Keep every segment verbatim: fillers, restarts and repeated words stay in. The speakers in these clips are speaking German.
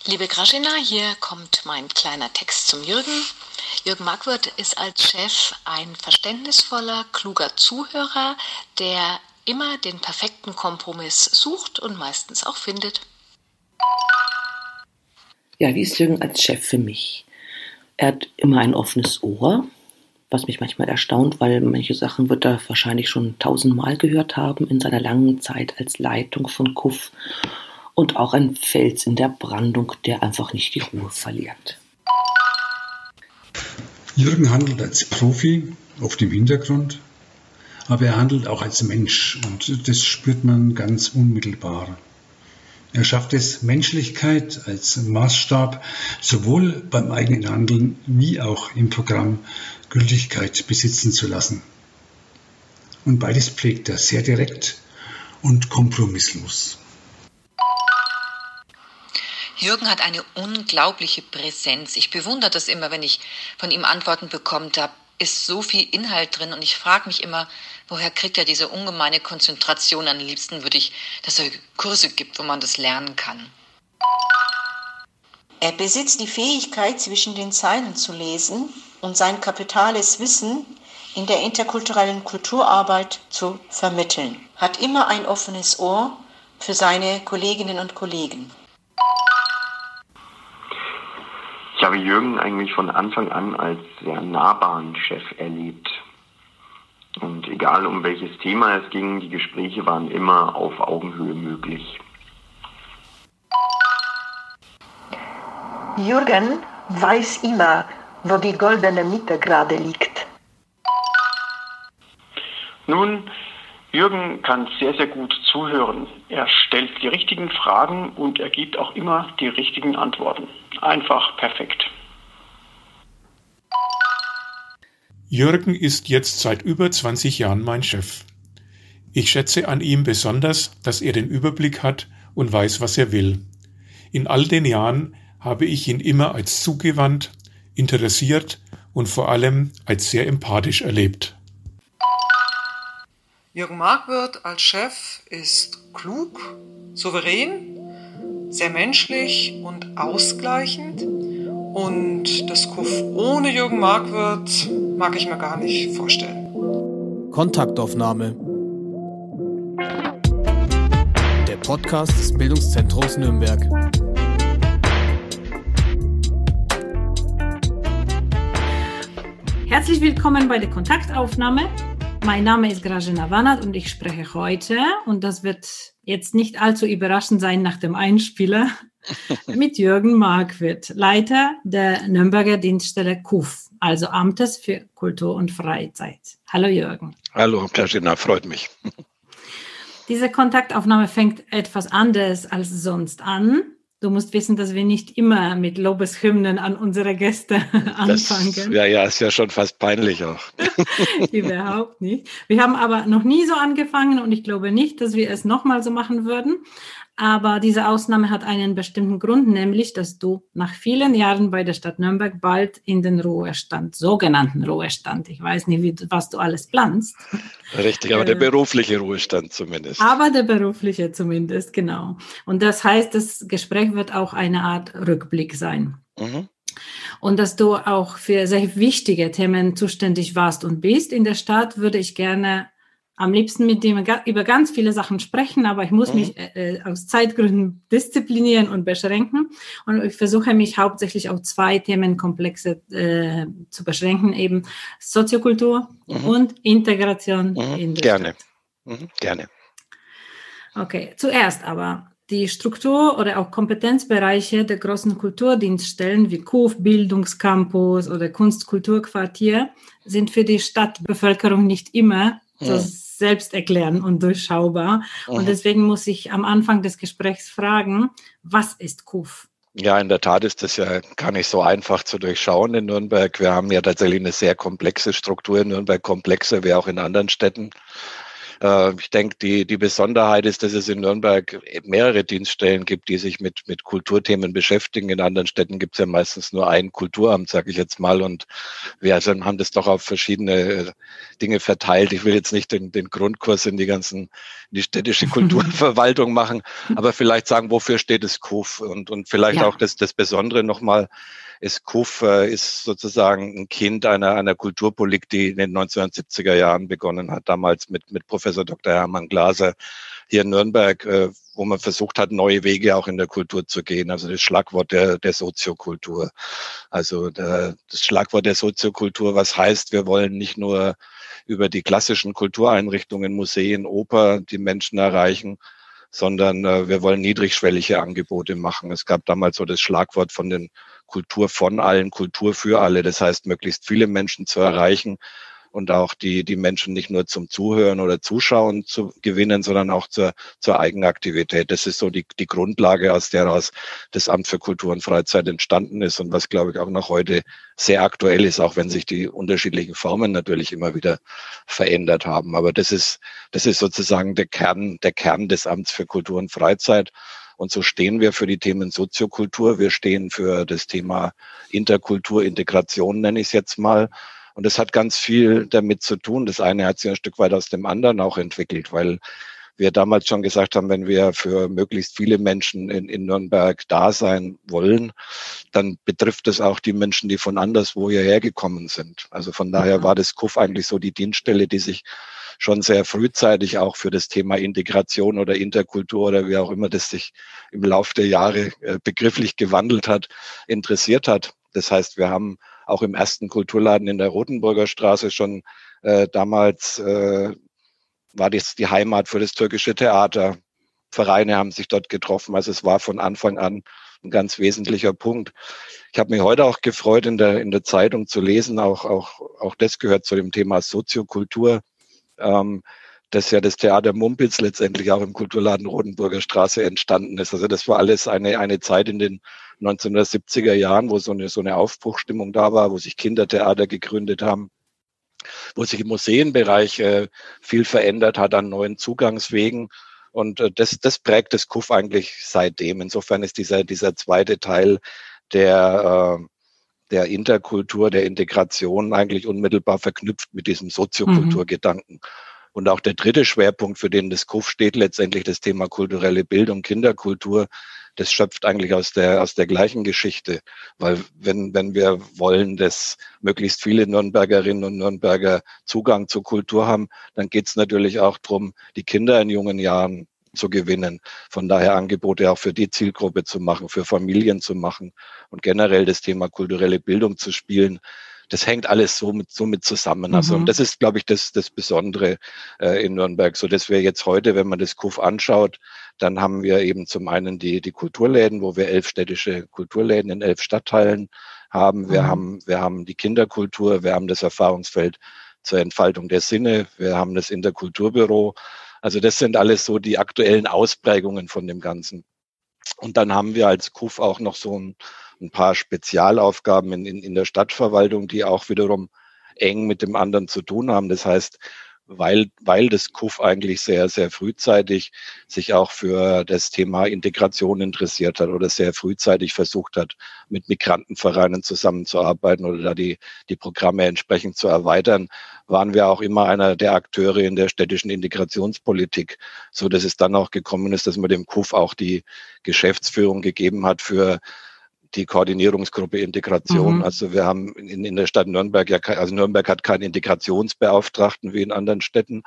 Liebe Grażyna, hier kommt mein kleiner Text zum Jürgen. Jürgen Markwirth ist als Chef ein verständnisvoller, kluger Zuhörer, der immer den perfekten Kompromiss sucht und meistens auch findet. Ja, wie ist Jürgen als Chef für mich? Er hat immer ein offenes Ohr, was mich manchmal erstaunt, weil manche Sachen wird er wahrscheinlich schon tausendmal gehört haben in seiner langen Zeit als Leitung von K U F. Und auch ein Fels in der Brandung, der einfach nicht die Ruhe verliert. Jürgen handelt als Profi auf dem Hintergrund, aber er handelt auch als Mensch und das spürt man ganz unmittelbar. Er schafft es, Menschlichkeit als Maßstab sowohl beim eigenen Handeln wie auch im Programm Gültigkeit besitzen zu lassen. Und beides pflegt er sehr direkt und kompromisslos. Jürgen hat eine unglaubliche Präsenz. Ich bewundere das immer, wenn ich von ihm Antworten bekomme. Da ist so viel Inhalt drin und ich frage mich immer, woher kriegt er diese ungemeine Konzentration? Am liebsten würde ich, dass er Kurse gibt, wo man das lernen kann. Er besitzt die Fähigkeit, zwischen den Zeilen zu lesen und sein kapitales Wissen in der interkulturellen Kulturarbeit zu vermitteln. Hat immer ein offenes Ohr für seine Kolleginnen und Kollegen. Ich habe Jürgen eigentlich von Anfang an als sehr nahbaren Chef erlebt. Und egal um welches Thema es ging, die Gespräche waren immer auf Augenhöhe möglich. Jürgen weiß immer, wo die goldene Mitte gerade liegt. Nun, Jürgen kann sehr, sehr gut zuhören. Er stellt die richtigen Fragen und er gibt auch immer die richtigen Antworten. Einfach perfekt. Jürgen ist jetzt seit über zwanzig Jahren mein Chef. Ich schätze an ihm besonders, dass er den Überblick hat und weiß, was er will. In all den Jahren habe ich ihn immer als zugewandt, interessiert und vor allem als sehr empathisch erlebt. Jürgen Markwirth als Chef ist klug, souverän, sehr menschlich und ausgleichend. Und das K U F ohne Jürgen Markwirth mag ich mir gar nicht vorstellen. Kontaktaufnahme. Der Podcast des Bildungszentrums Nürnberg. Herzlich willkommen bei der Kontaktaufnahme. Mein Name ist Grażyna Wannert und ich spreche heute, und das wird jetzt nicht allzu überraschend sein nach dem Einspieler, mit Jürgen Markwirth, Leiter der Nürnberger Dienststelle K U F, also Amtes für Kultur und Freizeit. Hallo Jürgen. Hallo Grażyna, freut mich. Diese Kontaktaufnahme fängt etwas anders als sonst an. Du musst wissen, dass wir nicht immer mit Lobeshymnen an unsere Gäste anfangen. Das, ja, ja, ist ja schon fast peinlich auch. Überhaupt nicht. Wir haben aber noch nie so angefangen und ich glaube nicht, dass wir es nochmal so machen würden. Aber diese Ausnahme hat einen bestimmten Grund, nämlich, dass du nach vielen Jahren bei der Stadt Nürnberg bald in den Ruhestand, sogenannten Ruhestand, ich weiß nicht, wie, was du alles planst. Richtig, aber der berufliche Ruhestand zumindest. Aber der berufliche zumindest, genau. Und das heißt, das Gespräch wird auch eine Art Rückblick sein. Mhm. Und dass du auch für sehr wichtige Themen zuständig warst und bist in der Stadt, würde ich gerne am liebsten mit dem über ganz viele Sachen sprechen, aber ich muss mhm. mich äh, aus Zeitgründen disziplinieren und beschränken. Und ich versuche mich hauptsächlich auf zwei Themenkomplexe äh, zu beschränken, eben Soziokultur mhm. und Integration mhm. in der Gerne. Stadt. Mhm. Gerne. Okay, zuerst aber die Struktur oder auch Kompetenzbereiche der großen Kulturdienststellen wie K U F, Bildungscampus oder Kunst-Kulturquartier sind für die Stadtbevölkerung nicht immer so mhm. selbst erklären und durchschaubar. Mhm. Und deswegen muss ich am Anfang des Gesprächs fragen, was ist K U F? Ja, in der Tat ist das ja gar nicht so einfach zu durchschauen in Nürnberg. Wir haben ja tatsächlich eine sehr komplexe Struktur in Nürnberg, komplexer wie auch in anderen Städten. Äh, ich denke, die, die Besonderheit ist, dass es in Nürnberg mehrere Dienststellen gibt, die sich mit, mit Kulturthemen beschäftigen. In anderen Städten gibt es ja meistens nur ein Kulturamt, sage ich jetzt mal. Und wir also haben das doch auf verschiedene Dinge verteilt. Ich will jetzt nicht den, den Grundkurs in die ganzen, in die städtische Kulturverwaltung machen, aber vielleicht sagen, wofür steht das K U F? Und, und vielleicht ja. auch das, das Besondere nochmal, ist K U F äh, ist sozusagen ein Kind einer, einer Kulturpolitik, die in den neunzehnhundertsiebziger Jahren begonnen hat, damals mit, mit Professor Doktor Hermann Glaser hier in Nürnberg, äh, wo man versucht hat, neue Wege auch in der Kultur zu gehen. Also das Schlagwort der, der Soziokultur. Also der, das Schlagwort der Soziokultur, was heißt, wir wollen nicht nur über die klassischen Kultureinrichtungen, Museen, Oper die Menschen erreichen, sondern äh, wir wollen niedrigschwellige Angebote machen. Es gab damals so das Schlagwort von den Kultur von allen, Kultur für alle. Das heißt, möglichst viele Menschen zu erreichen und auch die die Menschen nicht nur zum Zuhören oder Zuschauen zu gewinnen, sondern auch zur zur Eigenaktivität. Das ist so die die Grundlage, aus der heraus das Amt für Kultur und Freizeit entstanden ist und was, glaube ich, auch noch heute sehr aktuell ist, auch wenn sich die unterschiedlichen Formen natürlich immer wieder verändert haben. Aber das ist das ist sozusagen der Kern der Kern des Amts für Kultur und Freizeit. Und so stehen wir für die Themen Soziokultur. Wir stehen für das Thema Interkultur, Integration, nenne ich es jetzt mal. Und das hat ganz viel damit zu tun. Das eine hat sich ein Stück weit aus dem anderen auch entwickelt, weil wir damals schon gesagt haben, wenn wir für möglichst viele Menschen in, in Nürnberg da sein wollen, dann betrifft es auch die Menschen, die von anderswo hierher gekommen sind. Also von daher war das K U F eigentlich so die Dienststelle, die sich schon sehr frühzeitig auch für das Thema Integration oder Interkultur oder wie auch immer das sich im Laufe der Jahre äh, begrifflich gewandelt hat, interessiert hat. Das heißt, wir haben auch im ersten Kulturladen in der Rotenburger Straße schon äh, damals äh, war das die Heimat für das türkische Theater. Vereine haben sich dort getroffen. Also es war von Anfang an ein ganz wesentlicher Punkt. Ich habe mich heute auch gefreut, in der in der Zeitung zu lesen, auch auch auch das gehört zu dem Thema Soziokultur, ähm, dass ja das Theater Mumpitz letztendlich auch im Kulturladen Rotenburger Straße entstanden ist. Also das war alles eine eine Zeit in den neunzehnhundertsiebziger Jahren, wo so eine so eine Aufbruchstimmung da war, wo sich Kindertheater gegründet haben, wo sich im Museenbereich äh, viel verändert hat an neuen Zugangswegen. Und äh, das, das prägt das K U F eigentlich seitdem. Insofern ist dieser, dieser zweite Teil der, äh, der Interkultur, der Integration eigentlich unmittelbar verknüpft mit diesem Soziokulturgedanken. Mhm. Und auch der dritte Schwerpunkt, für den das K U F steht, letztendlich das Thema kulturelle Bildung, Kinderkultur, das schöpft eigentlich aus der aus der gleichen Geschichte, weil wenn wenn wir wollen, dass möglichst viele Nürnbergerinnen und Nürnberger Zugang zur Kultur haben, dann geht es natürlich auch darum, die Kinder in jungen Jahren zu gewinnen. Von daher Angebote auch für die Zielgruppe zu machen, für Familien zu machen und generell das Thema kulturelle Bildung zu spielen. Das hängt alles so mit, so mit zusammen. Also, mhm. und das ist, glaube ich, das, das Besondere äh, in Nürnberg, so dass wir jetzt heute, wenn man das K U F anschaut, dann haben wir eben zum einen die, die Kulturläden, wo wir elf städtische Kulturläden in elf Stadtteilen haben. Wir mhm. haben, wir haben die Kinderkultur, wir haben das Erfahrungsfeld zur Entfaltung der Sinne, wir haben das Interkulturbüro. Also das sind alles so die aktuellen Ausprägungen von dem Ganzen. Und dann haben wir als K U F auch noch so ein, ein paar Spezialaufgaben in, in, in der Stadtverwaltung, die auch wiederum eng mit dem anderen zu tun haben. Das heißt, weil, weil das K U F eigentlich sehr, sehr frühzeitig sich auch für das Thema Integration interessiert hat oder sehr frühzeitig versucht hat, mit Migrantenvereinen zusammenzuarbeiten oder da die, die Programme entsprechend zu erweitern, waren wir auch immer einer der Akteure in der städtischen Integrationspolitik, so dass es dann auch gekommen ist, dass man dem K U F auch die Geschäftsführung gegeben hat für die Koordinierungsgruppe Integration. Mhm. Also wir haben in, in der Stadt Nürnberg ja, also Nürnberg hat keinen Integrationsbeauftragten wie in anderen Städten,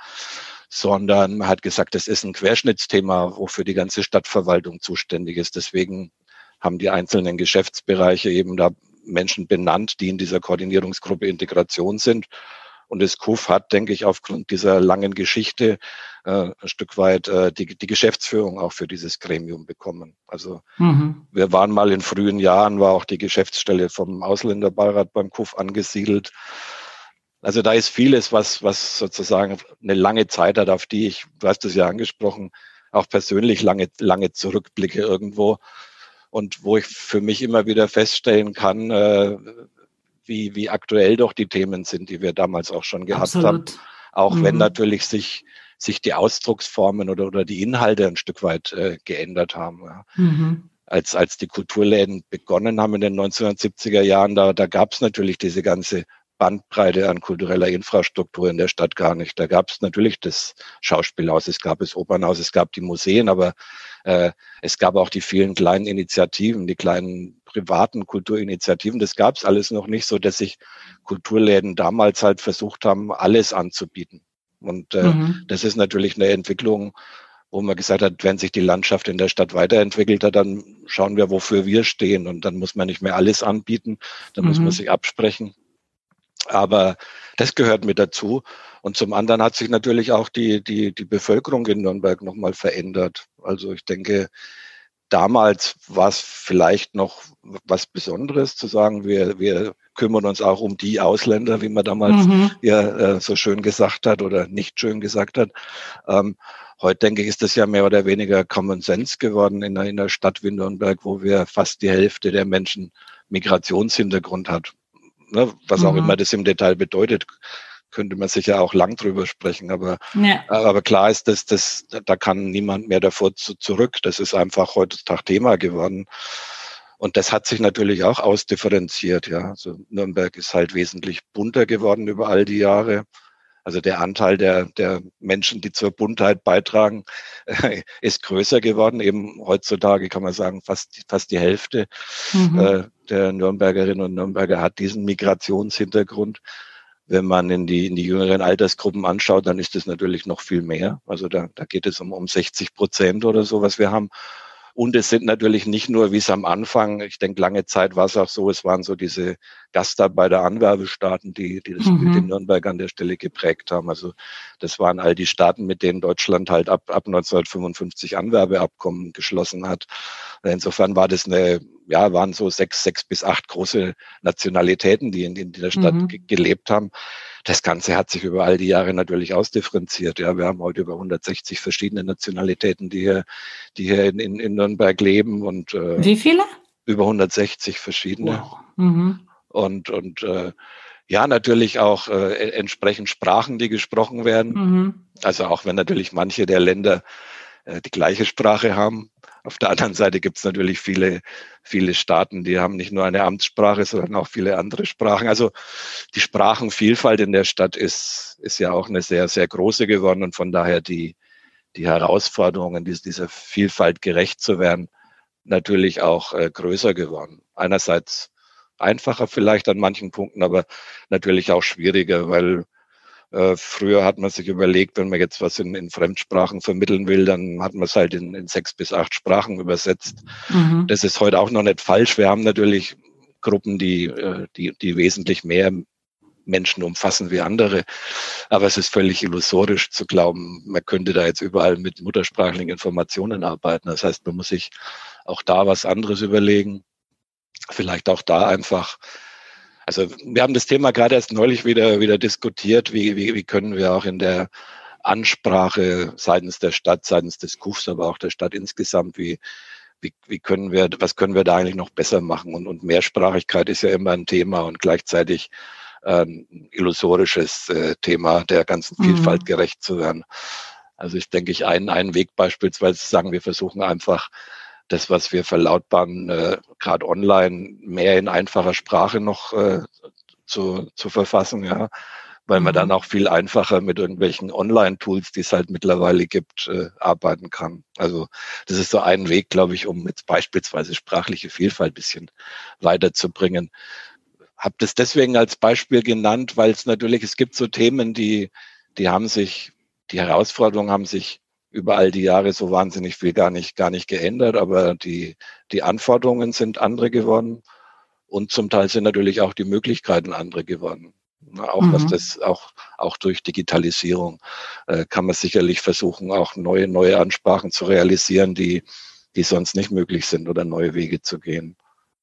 sondern man hat gesagt, das ist ein Querschnittsthema, wofür die ganze Stadtverwaltung zuständig ist. Deswegen haben die einzelnen Geschäftsbereiche eben da Menschen benannt, die in dieser Koordinierungsgruppe Integration sind. Und das K U F hat, denke ich, aufgrund dieser langen Geschichte äh, ein Stück weit äh, die, die Geschäftsführung auch für dieses Gremium bekommen. Also mhm. wir waren mal in frühen Jahren, war auch die Geschäftsstelle vom Ausländerbeirat beim K U F angesiedelt. Also da ist vieles, was, was sozusagen eine lange Zeit hat, auf die ich, du hast es ja angesprochen, auch persönlich lange, lange zurückblicke irgendwo. Und wo ich für mich immer wieder feststellen kann, äh, Wie, wie aktuell doch die Themen sind, die wir damals auch schon gehabt Absolut. haben. Auch mhm. wenn natürlich sich, sich die Ausdrucksformen oder, oder die Inhalte ein Stück weit äh, geändert haben. Ja. Mhm. Als, als die Kulturläden begonnen haben in den neunzehnhundertsiebziger Jahren, da, da gab es natürlich diese ganze Bandbreite an kultureller Infrastruktur in der Stadt gar nicht. Da gab es natürlich das Schauspielhaus, es gab das Opernhaus, es gab die Museen, aber äh, es gab auch die vielen kleinen Initiativen, die kleinen privaten Kulturinitiativen. Das gab es alles noch nicht, so dass sich Kulturläden damals halt versucht haben, alles anzubieten. Und äh, mhm. das ist natürlich eine Entwicklung, wo man gesagt hat, wenn sich die Landschaft in der Stadt weiterentwickelt hat, dann schauen wir, wofür wir stehen. Und dann muss man nicht mehr alles anbieten, dann mhm. muss man sich absprechen. Aber das gehört mit dazu. Und zum anderen hat sich natürlich auch die, die, die Bevölkerung in Nürnberg nochmal verändert. Also ich denke, damals war es vielleicht noch was Besonderes zu sagen, wir, wir kümmern uns auch um die Ausländer, wie man damals mhm. ja äh, so schön gesagt hat oder nicht schön gesagt hat. Ähm, heute denke ich, ist das ja mehr oder weniger Common Sense geworden in einer, in einer Stadt wie Nürnberg, wo wir fast die Hälfte der Menschen Migrationshintergrund hat. Ne, was mhm. auch immer das im Detail bedeutet, könnte man sicher auch lang drüber sprechen. Aber, ja. aber klar ist, dass das, da kann niemand mehr davor zu, zurück. Das ist einfach heutzutage Thema geworden. Und das hat sich natürlich auch ausdifferenziert. Ja, also Nürnberg ist halt wesentlich bunter geworden über all die Jahre. Also der Anteil der, der Menschen, die zur Buntheit beitragen, äh, ist größer geworden. Eben heutzutage kann man sagen, fast, fast die Hälfte mhm. äh, der Nürnbergerinnen und Nürnberger hat diesen Migrationshintergrund. Wenn man in die, in die jüngeren Altersgruppen anschaut, dann ist es natürlich noch viel mehr. Also da, da geht es um, um sechzig Prozent oder so, was wir haben. Und es sind natürlich nicht nur, wie es am Anfang, ich denke, lange Zeit war es auch so, es waren so diese Gastarbeiter-Anwerbestaaten, die, die das mhm. Bild in Nürnberg an der Stelle geprägt haben. Also das waren all die Staaten, mit denen Deutschland halt ab, ab neunzehnhundertfünfundfünfzig Anwerbeabkommen geschlossen hat. Insofern war das eine, ja, waren so sechs, sechs bis acht große Nationalitäten, die in, in der Stadt mhm. ge- gelebt haben. Das Ganze hat sich über all die Jahre natürlich ausdifferenziert. Ja, wir haben heute über hundertsechzig verschiedene Nationalitäten, die hier, die hier in, in, in Nürnberg leben und äh, wie viele? Über hundertsechzig verschiedene. Wow. Mhm. Und und äh, ja, natürlich auch äh, entsprechend Sprachen, die gesprochen werden. Mhm. Also auch wenn natürlich manche der Länder äh, die gleiche Sprache haben. Auf der anderen Seite gibt es natürlich viele, viele Staaten, die haben nicht nur eine Amtssprache, sondern auch viele andere Sprachen. Also die Sprachenvielfalt in der Stadt ist, ist ja auch eine sehr, sehr große geworden und von daher die, die Herausforderungen, dieser Vielfalt gerecht zu werden, natürlich auch äh, größer geworden. Einerseits einfacher vielleicht an manchen Punkten, aber natürlich auch schwieriger, weil Äh, früher hat man sich überlegt, wenn man jetzt was in, in Fremdsprachen vermitteln will, dann hat man es halt in, in sechs bis acht Sprachen übersetzt. Mhm. Das ist heute auch noch nicht falsch. Wir haben natürlich Gruppen, die, die, die wesentlich mehr Menschen umfassen wie andere. Aber es ist völlig illusorisch zu glauben, man könnte da jetzt überall mit muttersprachlichen Informationen arbeiten. Das heißt, man muss sich auch da was anderes überlegen. Vielleicht auch da einfach. Also wir haben das Thema gerade erst neulich wieder wieder diskutiert, wie, wie, wie können wir auch in der Ansprache seitens der Stadt, seitens des K U Fs, aber auch der Stadt insgesamt, wie, wie, wie können wir, was können wir da eigentlich noch besser machen? Und, und Mehrsprachigkeit ist ja immer ein Thema und gleichzeitig ein ähm, illusorisches äh, Thema, der ganzen mhm. Vielfalt gerecht zu werden. Also ich denke, ich einen, einen Weg beispielsweise zu sagen, wir versuchen einfach, das, was wir verlautbaren, äh, gerade online, mehr in einfacher Sprache noch äh, zu, zu verfassen, ja, weil mhm. man dann auch viel einfacher mit irgendwelchen Online-Tools, die es halt mittlerweile gibt, äh, arbeiten kann. Also das ist so ein Weg, glaube ich, um jetzt beispielsweise sprachliche Vielfalt ein bisschen weiterzubringen. Habe das deswegen als Beispiel genannt, weil es natürlich, es gibt so Themen, die, die haben sich, die Herausforderungen haben sich über all die Jahre so wahnsinnig viel gar nicht, gar nicht geändert, aber die, die Anforderungen sind andere geworden und zum Teil sind natürlich auch die Möglichkeiten andere geworden. Auch mhm. was das, auch, auch durch Digitalisierung äh, kann man sicherlich versuchen, auch neue, neue Ansprachen zu realisieren, die, die sonst nicht möglich sind oder neue Wege zu gehen.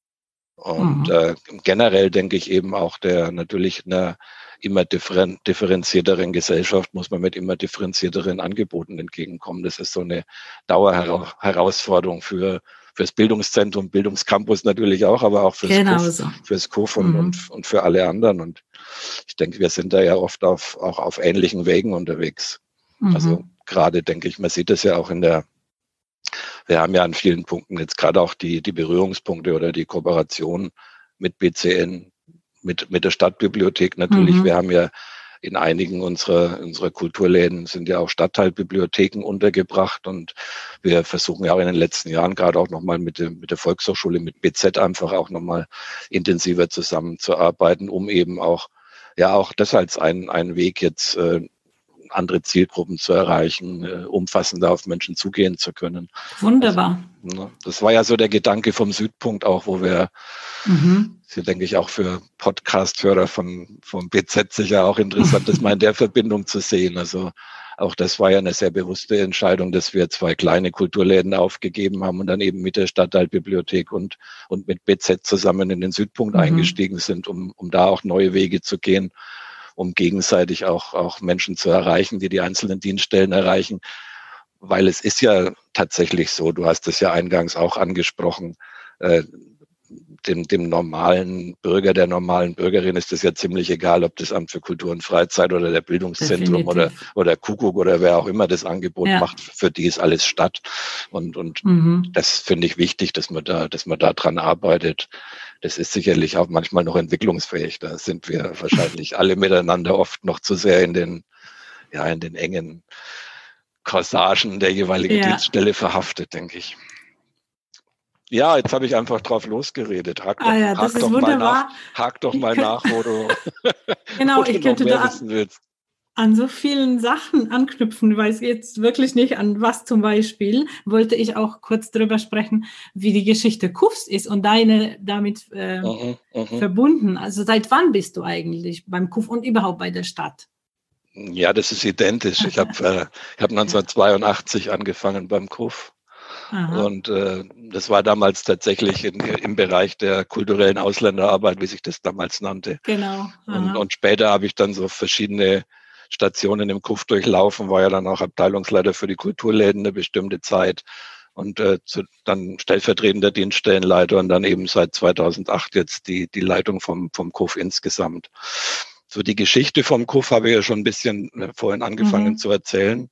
Und mhm. äh, generell denke ich eben auch der natürlich einer immer differen, differenzierteren Gesellschaft muss man mit immer differenzierteren Angeboten entgegenkommen. Das ist so eine Dauerherausforderung für fürs Bildungszentrum, Bildungscampus natürlich auch, aber auch fürs genau K U F, so. fürs K U F und, mhm. und, und für alle anderen. Und ich denke, wir sind da ja oft auf, auch auf ähnlichen Wegen unterwegs. Mhm. Also gerade denke ich, man sieht das ja auch in der, wir haben ja an vielen Punkten jetzt gerade auch die, die Berührungspunkte oder die Kooperation mit B C N, mit, mit der Stadtbibliothek natürlich. Mhm. Wir haben ja in einigen unserer, unserer Kulturläden sind ja auch Stadtteilbibliotheken untergebracht und wir versuchen ja auch in den letzten Jahren gerade auch nochmal mit der, mit der Volkshochschule, mit B Z einfach auch nochmal intensiver zusammenzuarbeiten, um eben auch, ja auch das als ein, ein Weg jetzt, äh, andere Zielgruppen zu erreichen, äh, umfassender auf Menschen zugehen zu können. Wunderbar. Also, ne, das war ja so der Gedanke vom Südpunkt auch, wo wir, mhm. ist ja, denke ich, auch für Podcast-Hörer von, vom B Z sicher auch interessant ist, mal in der Verbindung zu sehen. Also auch das war ja eine sehr bewusste Entscheidung, dass wir zwei kleine Kulturläden aufgegeben haben und dann eben mit der Stadtteilbibliothek und, und mit B Z zusammen in den Südpunkt mhm. eingestiegen sind, um, um da auch neue Wege zu gehen, um gegenseitig auch, auch Menschen zu erreichen, die die einzelnen Dienststellen erreichen. Weil es ist ja tatsächlich so, du hast es ja eingangs auch angesprochen, äh, dem, dem normalen Bürger, der normalen Bürgerin ist es ja ziemlich egal, ob das Amt für Kultur und Freizeit oder der Bildungszentrum oder, oder Kuckuck oder wer auch immer das Angebot ja. macht. Für die ist alles Stadt. Und, und mhm. das finde ich wichtig, dass man da, dass man da dran arbeitet. Das ist sicherlich auch manchmal noch entwicklungsfähig. Da sind wir wahrscheinlich alle miteinander oft noch zu sehr in den, ja, in den engen Corsagen der jeweiligen ja. Dienststelle verhaftet, denke ich. Ja, jetzt habe ich einfach drauf losgeredet. Hak doch, ah ja, hak doch mal nach, hak doch mal nach, wo du, genau, wo du ich könnte noch mehr da wissen willst. An so vielen Sachen anknüpfen, weiß jetzt wirklich nicht an was zum Beispiel, wollte ich auch kurz drüber sprechen, wie die Geschichte Kuffs ist und deine damit äh, mhm, verbunden. Also seit wann bist du eigentlich beim Kuff und überhaupt bei der Stadt? Ja, das ist identisch. Ich habe äh, ich hab neunzehnhundertzweiundachtzig angefangen beim Kuff. Aha. Und äh, das war damals tatsächlich in, im Bereich der kulturellen Ausländerarbeit, wie sich das damals nannte. Genau. Und, und später habe ich dann so verschiedene Stationen im Kuff durchlaufen, war ja dann auch Abteilungsleiter für die Kulturläden eine bestimmte Zeit und äh, zu, dann stellvertretender Dienststellenleiter und dann eben seit zweitausendacht jetzt die, die Leitung vom, vom Kuff insgesamt. So die Geschichte vom Kuff habe ich ja schon ein bisschen vorhin angefangen mhm. zu erzählen.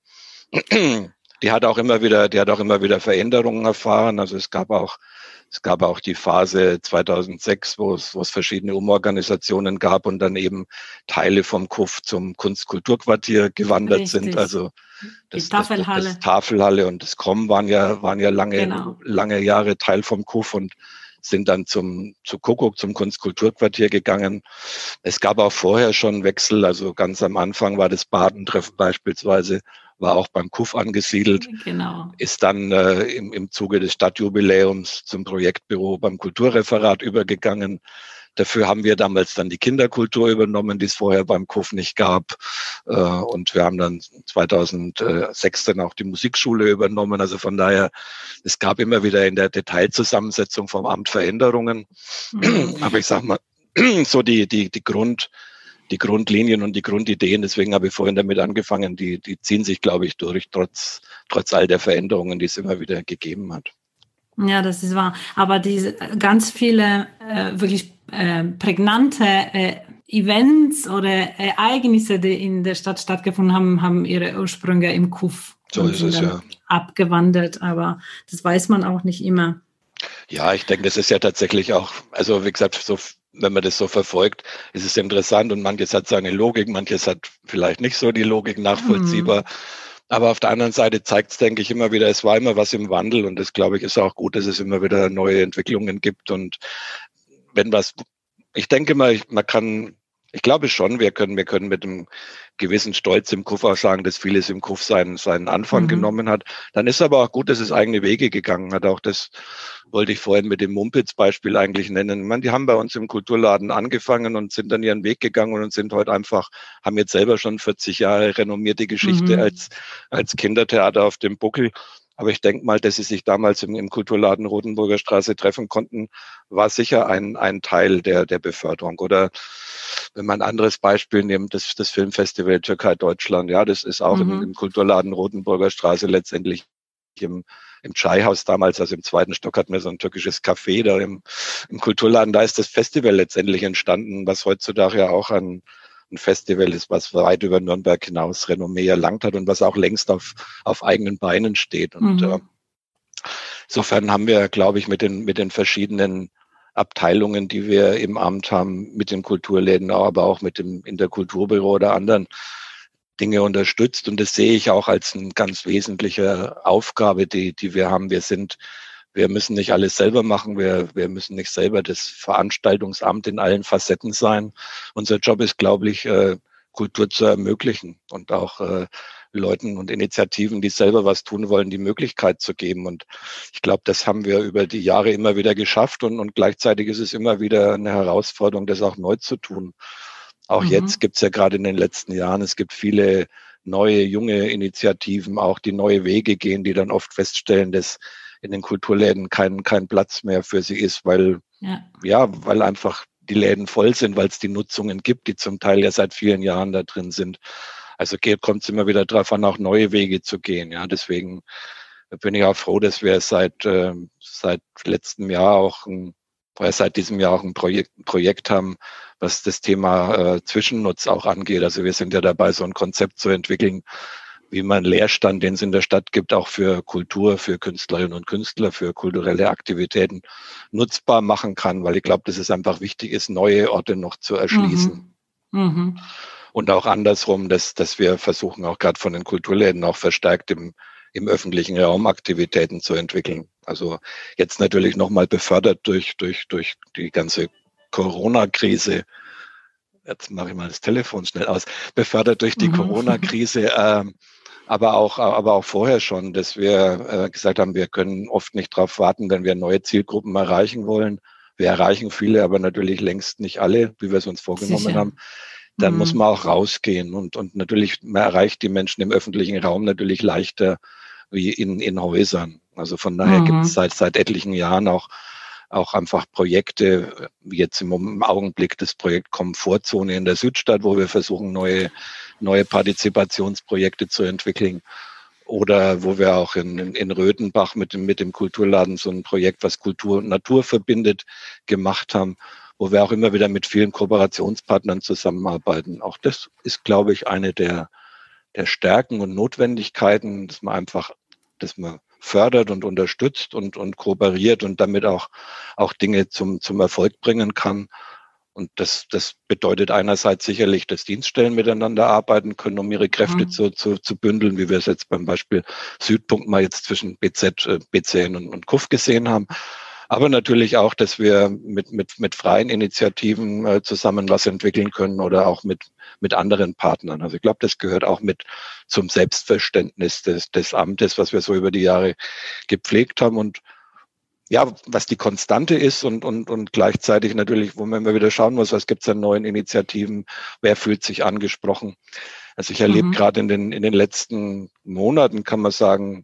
Die hat auch immer wieder, die hat auch immer wieder Veränderungen erfahren. Also es gab auch, es gab auch die Phase zweitausendsechs, wo es, wo es verschiedene Umorganisationen gab und dann eben Teile vom Kuff zum Kunst-Kulturquartier gewandert Richtig. sind. Also das, die Tafelhalle. Das, das Tafelhalle und das Krom waren ja, waren ja lange, genau. lange Jahre Teil vom Kuff und sind dann zum, zu Kuckuck, zum Kunst-Kulturquartier gegangen. Es gab auch vorher schon Wechsel. Also ganz am Anfang war das Badentreffen beispielsweise, war auch beim Kuff angesiedelt, genau. ist dann äh, im, im Zuge des Stadtjubiläums zum Projektbüro beim Kulturreferat übergegangen. Dafür haben wir damals dann die Kinderkultur übernommen, die es vorher beim Kuff nicht gab. Äh, und wir haben dann zweitausendsechs dann auch die Musikschule übernommen. Also von daher, es gab immer wieder in der Detailzusammensetzung vom Amt Veränderungen. Mhm. Aber ich sag mal, so die, die, die Grund, die Grundlinien und die Grundideen, deswegen habe ich vorhin damit angefangen, die, die ziehen sich, glaube ich, durch, trotz, trotz all der Veränderungen, die es immer wieder gegeben hat. Ja, das ist wahr. Aber diese ganz viele äh, wirklich äh, prägnante äh, Events oder Ereignisse, die in der Stadt stattgefunden haben, haben ihre Ursprünge im Kuff. So ist es, ja. Abgewandert, aber das weiß man auch nicht immer. Ja, ich denke, das ist ja tatsächlich auch, also wie gesagt, so wenn man das so verfolgt, ist es interessant und manches hat seine Logik, manches hat vielleicht nicht so die Logik nachvollziehbar. Mhm. Aber auf der anderen Seite zeigt es, denke ich, immer wieder, es war immer was im Wandel und das, glaube ich, ist auch gut, dass es immer wieder neue Entwicklungen gibt und wenn was, ich denke mal, man kann, ich glaube schon, wir können, wir können mit einem gewissen Stolz im Kuff auch sagen, dass vieles im Kuff seinen, seinen Anfang mhm. genommen hat. Dann ist aber auch gut, dass es eigene Wege gegangen hat. Auch das wollte ich vorhin mit dem Mumpitz-Beispiel eigentlich nennen. Ich meine, die haben bei uns im Kulturladen angefangen und sind dann ihren Weg gegangen und sind heute einfach, haben jetzt selber schon vierzig Jahre renommierte Geschichte mhm. als, als Kindertheater auf dem Buckel. Aber ich denke mal, dass sie sich damals im, im Kulturladen Rotenburger Straße treffen konnten, war sicher ein, ein Teil der, der Beförderung. Oder wenn man ein anderes Beispiel nimmt, das, das Filmfestival Türkei Deutschland, ja, das ist auch mhm. im, im Kulturladen Rotenburger Straße letztendlich im, im Chai-Haus damals, also im zweiten Stock hatten wir so ein türkisches Café da im, im Kulturladen, da ist das Festival letztendlich entstanden, was heutzutage ja auch an ein Festival ist, was weit über Nürnberg hinaus Renommee erlangt hat und was auch längst auf, auf eigenen Beinen steht. Und mhm. äh, insofern haben wir, glaube ich, mit den, mit den verschiedenen Abteilungen, die wir im Amt haben, mit den Kulturläden, aber auch mit dem Interkulturbüro oder anderen Dinge unterstützt. Und das sehe ich auch als eine ganz wesentliche Aufgabe, die, die wir haben. Wir sind, wir müssen nicht alles selber machen. Wir, wir müssen nicht selber das Veranstaltungsamt in allen Facetten sein. Unser Job ist, glaube ich, Kultur zu ermöglichen und auch äh, Leuten und Initiativen, die selber was tun wollen, die Möglichkeit zu geben. Und ich glaube, das haben wir über die Jahre immer wieder geschafft und, und gleichzeitig ist es immer wieder eine Herausforderung, das auch neu zu tun. Auch mhm. jetzt gibt es ja gerade in den letzten Jahren, es gibt viele neue, junge Initiativen, auch die neue Wege gehen, die dann oft feststellen, dass in den Kulturläden kein, kein Platz mehr für sie ist, weil, ja, ja weil einfach die Läden voll sind, weil es die Nutzungen gibt, die zum Teil ja seit vielen Jahren da drin sind. Also kommt es immer wieder darauf an, auch neue Wege zu gehen. Ja, deswegen bin ich auch froh, dass wir seit äh, seit letztem Jahr auch ein, oder seit diesem Jahr auch ein Projekt, ein Projekt haben, was das Thema äh, Zwischennutz auch angeht. Also wir sind ja dabei, so ein Konzept zu entwickeln, wie man Leerstand, den es in der Stadt gibt, auch für Kultur, für Künstlerinnen und Künstler, für kulturelle Aktivitäten nutzbar machen kann, weil ich glaube, dass es einfach wichtig ist, neue Orte noch zu erschließen. Mhm. Mhm. Und auch andersrum, dass, dass wir versuchen, auch gerade von den Kulturläden auch verstärkt im, im öffentlichen Raum Aktivitäten zu entwickeln. Also jetzt natürlich nochmal befördert durch, durch, durch die ganze Corona-Krise. Jetzt mache ich mal das Telefon schnell aus. Befördert durch die mhm. Corona-Krise, äh, aber auch, aber auch vorher schon, dass wir äh, gesagt haben, wir können oft nicht darauf warten, wenn wir neue Zielgruppen erreichen wollen. Wir erreichen viele, aber natürlich längst nicht alle, wie wir es uns vorgenommen Sicher. haben. Dann mhm. muss man auch rausgehen und, und natürlich, man erreicht die Menschen im öffentlichen Raum natürlich leichter wie in, in Häusern. Also von daher mhm. gibt es seit, seit etlichen Jahren auch, auch einfach Projekte, wie jetzt im Augenblick das Projekt Komfortzone in der Südstadt, wo wir versuchen, neue, neue Partizipationsprojekte zu entwickeln. Oder wo wir auch in, in, in Röthenbach mit dem, mit dem Kulturladen so ein Projekt, was Kultur und Natur verbindet, gemacht haben, wo wir auch immer wieder mit vielen Kooperationspartnern zusammenarbeiten. Auch das ist, glaube ich, eine der, der Stärken und Notwendigkeiten, dass man einfach, dass man fördert und unterstützt und, und kooperiert und damit auch, auch Dinge zum, zum Erfolg bringen kann. Und das, das bedeutet einerseits sicherlich, dass Dienststellen miteinander arbeiten können, um ihre Kräfte mhm. zu, zu, zu bündeln, wie wir es jetzt beim Beispiel Südpunkt mal jetzt zwischen B Z, B C N und, und K U F gesehen haben. Aber natürlich auch, dass wir mit, mit, mit freien Initiativen äh, zusammen was entwickeln können oder auch mit, mit anderen Partnern. Also ich glaube, das gehört auch mit zum Selbstverständnis des, des Amtes, was wir so über die Jahre gepflegt haben und ja, was die Konstante ist und, und, und gleichzeitig natürlich, wo man immer wieder schauen muss, was gibt es an neuen Initiativen, wer fühlt sich angesprochen. Also ich erlebe mhm. gerade in den, in den letzten Monaten, kann man sagen,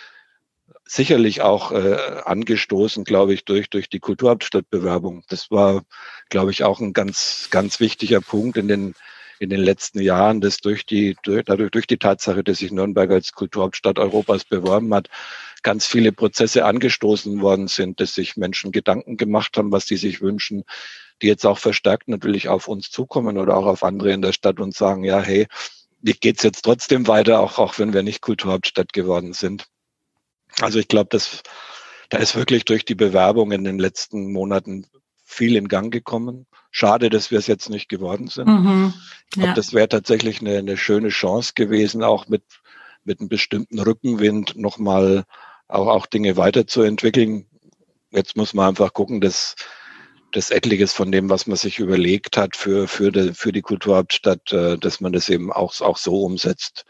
sicherlich auch äh, angestoßen, glaube ich, durch durch die Kulturhauptstadtbewerbung. Das war, glaube ich, auch ein ganz ganz wichtiger Punkt in den in den letzten Jahren, dass durch die durch, dadurch durch die Tatsache, dass sich Nürnberg als Kulturhauptstadt Europas beworben hat, ganz viele Prozesse angestoßen worden sind, dass sich Menschen Gedanken gemacht haben, was sie sich wünschen, die jetzt auch verstärkt natürlich auf uns zukommen oder auch auf andere in der Stadt und sagen, ja, hey, wie geht's jetzt trotzdem weiter, auch auch wenn wir nicht Kulturhauptstadt geworden sind. Also ich glaube, dass da ist wirklich durch die Bewerbung in den letzten Monaten viel in Gang gekommen. Schade, dass wir es jetzt nicht geworden sind. Mhm, ich glaube, ja. das wäre tatsächlich eine, eine schöne Chance gewesen, auch mit mit einem bestimmten Rückenwind nochmal auch auch Dinge weiterzuentwickeln. Jetzt muss man einfach gucken, dass das etliches von dem, was man sich überlegt hat für für die, für die Kulturhauptstadt, dass man das eben auch auch so umsetzt.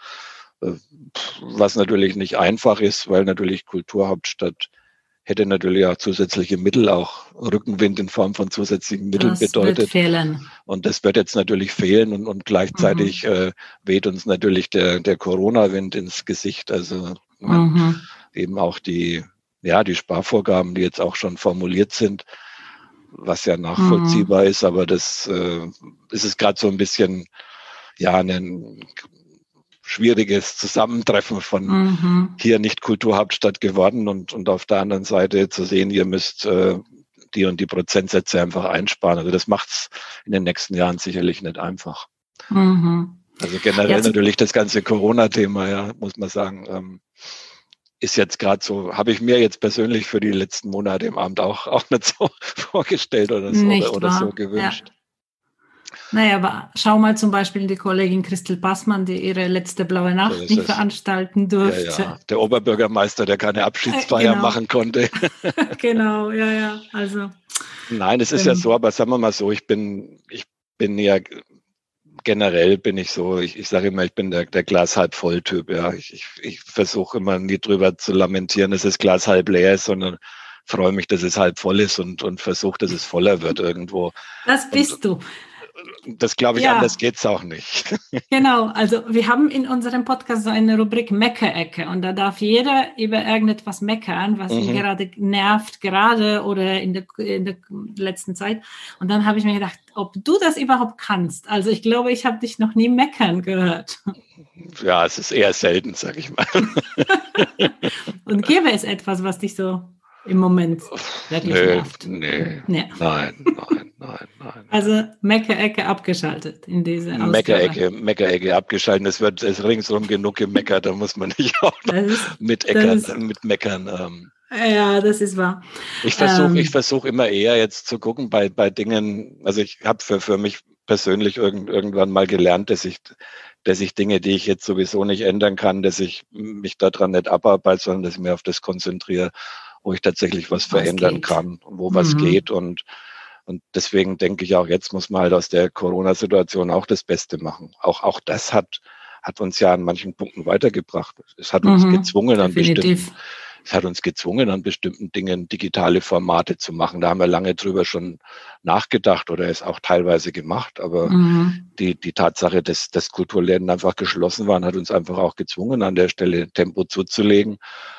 Was natürlich nicht einfach ist, weil natürlich Kulturhauptstadt hätte natürlich auch zusätzliche Mittel, auch Rückenwind in Form von zusätzlichen Mitteln das bedeutet. Wird fehlen. Und das wird jetzt natürlich fehlen und, und gleichzeitig mhm. äh, weht uns natürlich der, der Corona-Wind ins Gesicht. Also mhm. eben auch die, ja, die Sparvorgaben, die jetzt auch schon formuliert sind, was ja nachvollziehbar mhm. ist, aber das äh, ist es gerade so ein bisschen, ja, ein schwieriges Zusammentreffen von mhm. hier nicht Kulturhauptstadt geworden und, und auf der anderen Seite zu sehen, ihr müsst äh, die und die Prozentsätze einfach einsparen. Also das macht es in den nächsten Jahren sicherlich nicht einfach. Mhm. Also generell Jetzt, natürlich das ganze Corona-Thema, ja, muss man sagen, ähm, ist jetzt gerade so, habe ich mir jetzt persönlich für die letzten Monate im Amt auch, auch nicht so vorgestellt oder so, oder, nicht oder so wahr? gewünscht. Ja. Naja, aber schau mal zum Beispiel die Kollegin Christel Passmann, die ihre letzte blaue Nacht So ist nicht es. veranstalten durfte. Ja, ja. Der Oberbürgermeister, der keine Abschiedsfeier Äh, genau. machen konnte. Genau, ja, ja. Also. Nein, es ist ähm, ja so, aber sagen wir mal so, ich bin, ich bin ja generell bin ich so, ich, ich sage immer, ich bin der, der Glas halb voll Typ. Ja. Ich, ich, ich versuche immer nie drüber zu lamentieren, dass das Glas halb leer ist, sondern freue mich, dass es halb voll ist und, und versuche, dass es voller wird irgendwo. Das bist und, du. Das glaube ich, ja. Anders geht's auch nicht. Genau, also wir haben in unserem Podcast so eine Rubrik Meckerecke und da darf jeder über irgendetwas meckern, was mhm. ihn gerade nervt, gerade oder in der, in der letzten Zeit. Und dann habe ich mir gedacht, ob du das überhaupt kannst. Also ich glaube, ich habe dich noch nie meckern gehört. Ja, es ist eher selten, sage ich mal. Und gäbe es etwas, was dich so im Moment wirklich nee, nervt? Nee, nee, nein, nein, nein, nein. Also Meckerecke abgeschaltet in diese Ausgabe. Meckerecke, Meckerecke abgeschaltet. Es wird es ringsum genug gemeckert, da muss man nicht auch noch ist, mit, Eckern, ist, mit meckern. Ähm. Ja, das ist wahr. Ich versuche ähm, ich versuch immer eher jetzt zu gucken bei, bei Dingen, also ich habe für, für mich persönlich irgend, irgendwann mal gelernt, dass ich, dass ich Dinge, die ich jetzt sowieso nicht ändern kann, dass ich mich daran nicht abarbeite, sondern dass ich mich auf das konzentriere, wo ich tatsächlich was, was verändern geht. kann und wo mhm. was geht. Und, und deswegen denke ich auch, jetzt muss man halt aus der Corona-Situation auch das Beste machen. Auch, auch das hat, hat uns ja an manchen Punkten weitergebracht. Es hat uns mhm, gezwungen, an bestimmten, es hat uns gezwungen, an bestimmten Dingen digitale Formate zu machen. Da haben wir lange drüber schon nachgedacht oder es auch teilweise gemacht. Aber mhm. die, die Tatsache, dass, dass Kulturläden einfach geschlossen waren, hat uns einfach auch gezwungen, an der Stelle Tempo zuzulegen.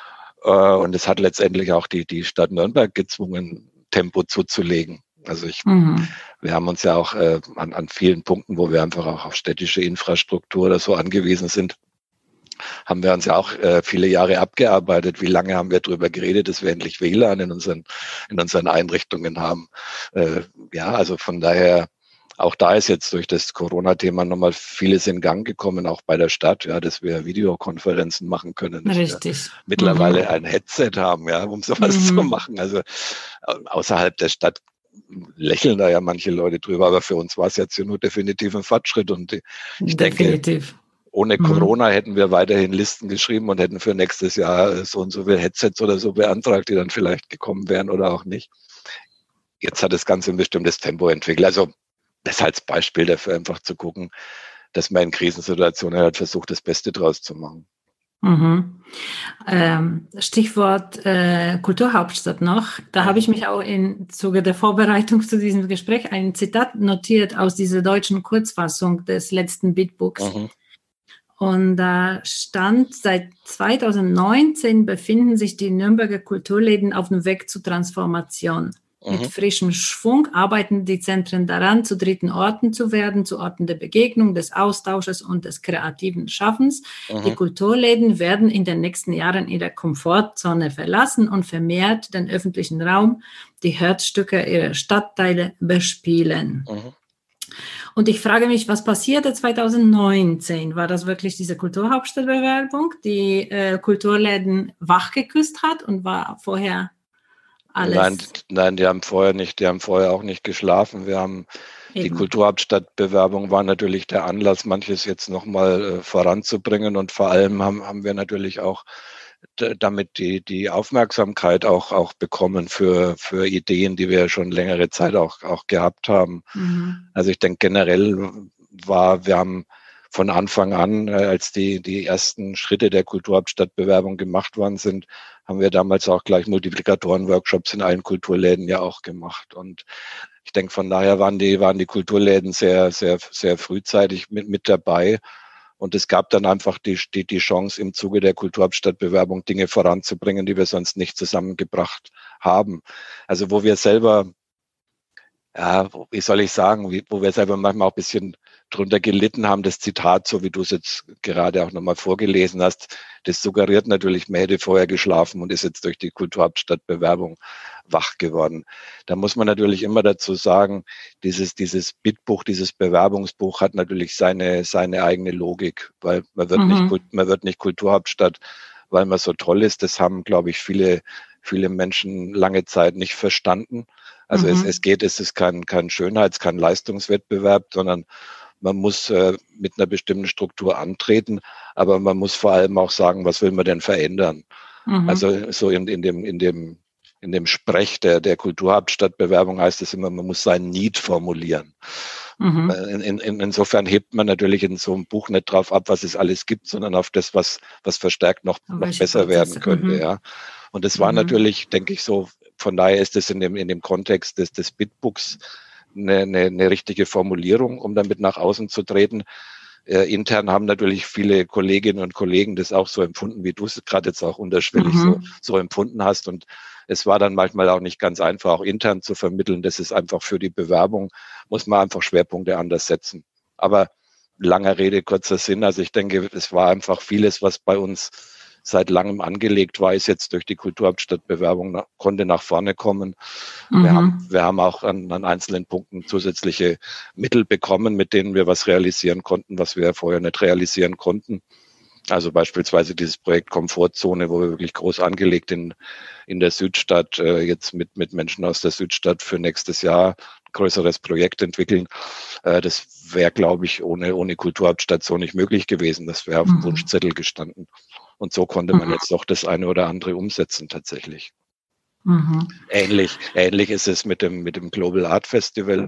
Und es hat letztendlich auch die, die Stadt Nürnberg gezwungen, Tempo zuzulegen. Also ich, mhm. wir haben uns ja auch äh, an, an vielen Punkten, wo wir einfach auch auf städtische Infrastruktur oder so angewiesen sind, haben wir uns ja auch äh, viele Jahre abgearbeitet. Wie lange haben wir darüber geredet, dass wir endlich W L A N in unseren, in unseren Einrichtungen haben? Äh, ja, also von daher, auch da ist jetzt durch das Corona-Thema nochmal vieles in Gang gekommen, auch bei der Stadt, ja, dass wir Videokonferenzen machen können. Dass Richtig. Wir mittlerweile mhm. ein Headset haben, ja, um sowas mhm. zu machen. Also außerhalb der Stadt lächeln da ja manche Leute drüber, aber für uns war es jetzt nur definitiv ein Fortschritt. Und ich definitiv. denke, ohne Corona mhm. hätten wir weiterhin Listen geschrieben und hätten für nächstes Jahr so und so viele Headsets oder so beantragt, die dann vielleicht gekommen wären oder auch nicht. Jetzt hat das Ganze ein bestimmtes Tempo entwickelt. Also das als Beispiel dafür, einfach zu gucken, dass man in Krisensituationen halt versucht, das Beste draus zu machen. Mhm. Ähm, Stichwort äh, Kulturhauptstadt noch. Da habe ich mich auch im Zuge der Vorbereitung zu diesem Gespräch ein Zitat notiert aus dieser deutschen Kurzfassung des letzten Bitbooks. Mhm. Und da stand, seit zweitausendneunzehn befinden sich die Nürnberger Kulturläden auf dem Weg zur Transformation. Mit mhm. frischem Schwung arbeiten die Zentren daran, zu dritten Orten zu werden, zu Orten der Begegnung, des Austausches und des kreativen Schaffens. Mhm. Die Kulturläden werden in den nächsten Jahren ihre Komfortzone verlassen und vermehrt den öffentlichen Raum, die Herzstücke ihrer Stadtteile bespielen. Mhm. Und ich frage mich, was passierte zweitausendneunzehn? War das wirklich diese Kulturhauptstadtbewerbung, die äh, Kulturläden wachgeküsst hat und war vorher alles? Nein, nein, die haben vorher nicht, die haben vorher auch nicht geschlafen. Wir haben Eben. Die Kulturhauptstadtbewerbung war natürlich der Anlass, manches jetzt nochmal äh, voranzubringen, und vor allem haben, haben wir natürlich auch d- damit die, die Aufmerksamkeit auch, auch bekommen für, für Ideen, die wir schon längere Zeit auch, auch gehabt haben. Mhm. Also ich denke generell war, wir haben von Anfang an, als die, die ersten Schritte der Kulturhauptstadtbewerbung gemacht worden sind, haben wir damals auch gleich Multiplikatoren-Workshops in allen Kulturläden ja auch gemacht. Und ich denke, von daher waren die, waren die Kulturläden sehr, sehr, sehr frühzeitig mit, mit dabei. Und es gab dann einfach die, die, die Chance, im Zuge der Kulturhauptstadtbewerbung Dinge voranzubringen, die wir sonst nicht zusammengebracht haben. Also wo wir selber, ja, wie soll ich sagen, wo wir selber manchmal auch ein bisschen drunter gelitten haben. Das Zitat, so wie du es jetzt gerade auch nochmal vorgelesen hast, das suggeriert natürlich, man hätte vorher geschlafen und ist jetzt durch die Kulturhauptstadtbewerbung wach geworden. Da muss man natürlich immer dazu sagen, dieses, dieses Bitbuch, dieses Bewerbungsbuch hat natürlich seine, seine eigene Logik, weil man wird, mhm. nicht, man wird nicht Kulturhauptstadt, weil man so toll ist. Das haben, glaube ich, viele, viele Menschen lange Zeit nicht verstanden. Also mhm. es, es geht, es ist kein, kein Schönheits-, kein Leistungswettbewerb, sondern man muss äh, mit einer bestimmten Struktur antreten, aber man muss vor allem auch sagen, was will man denn verändern? Mhm. Also so in, in dem, in dem, in dem Sprech der, der Kulturhauptstadtbewerbung heißt es immer, man muss seinen Need formulieren. Mhm. In, in, insofern hebt man natürlich in so einem Buch nicht drauf ab, was es alles gibt, sondern auf das, was, was verstärkt noch, noch besser werden könnte. Mhm. Ja. Und das war mhm. natürlich, denke ich, so, von daher ist es in dem, in dem Kontext des, des Bitbooks eine, eine, eine richtige Formulierung, um damit nach außen zu treten. Äh, intern haben natürlich viele Kolleginnen und Kollegen das auch so empfunden, wie du es gerade jetzt auch unterschwellig mhm. so, so empfunden hast. Und es war dann manchmal auch nicht ganz einfach, auch intern zu vermitteln. Das ist einfach für die Bewerbung, muss man einfach Schwerpunkte anders setzen. Aber langer Rede, kurzer Sinn. Also ich denke, es war einfach vieles, was bei uns seit langem angelegt war, ist jetzt durch die Kulturhauptstadtbewerbung, nach, konnte nach vorne kommen. Mhm. Wir haben, wir haben auch an, an einzelnen Punkten zusätzliche Mittel bekommen, mit denen wir was realisieren konnten, was wir vorher nicht realisieren konnten. Also beispielsweise dieses Projekt Komfortzone, wo wir wirklich groß angelegt in, in der Südstadt, äh, jetzt mit, mit Menschen aus der Südstadt für nächstes Jahr ein größeres Projekt entwickeln. Äh, das wäre, glaube ich, ohne, ohne Kulturhauptstadt so nicht möglich gewesen. Das wäre auf dem mhm. Wunschzettel gestanden. Und so konnte man jetzt doch das eine oder andere umsetzen tatsächlich. Mhm. Ähnlich, ähnlich ist es mit dem, mit dem Global Art Festival.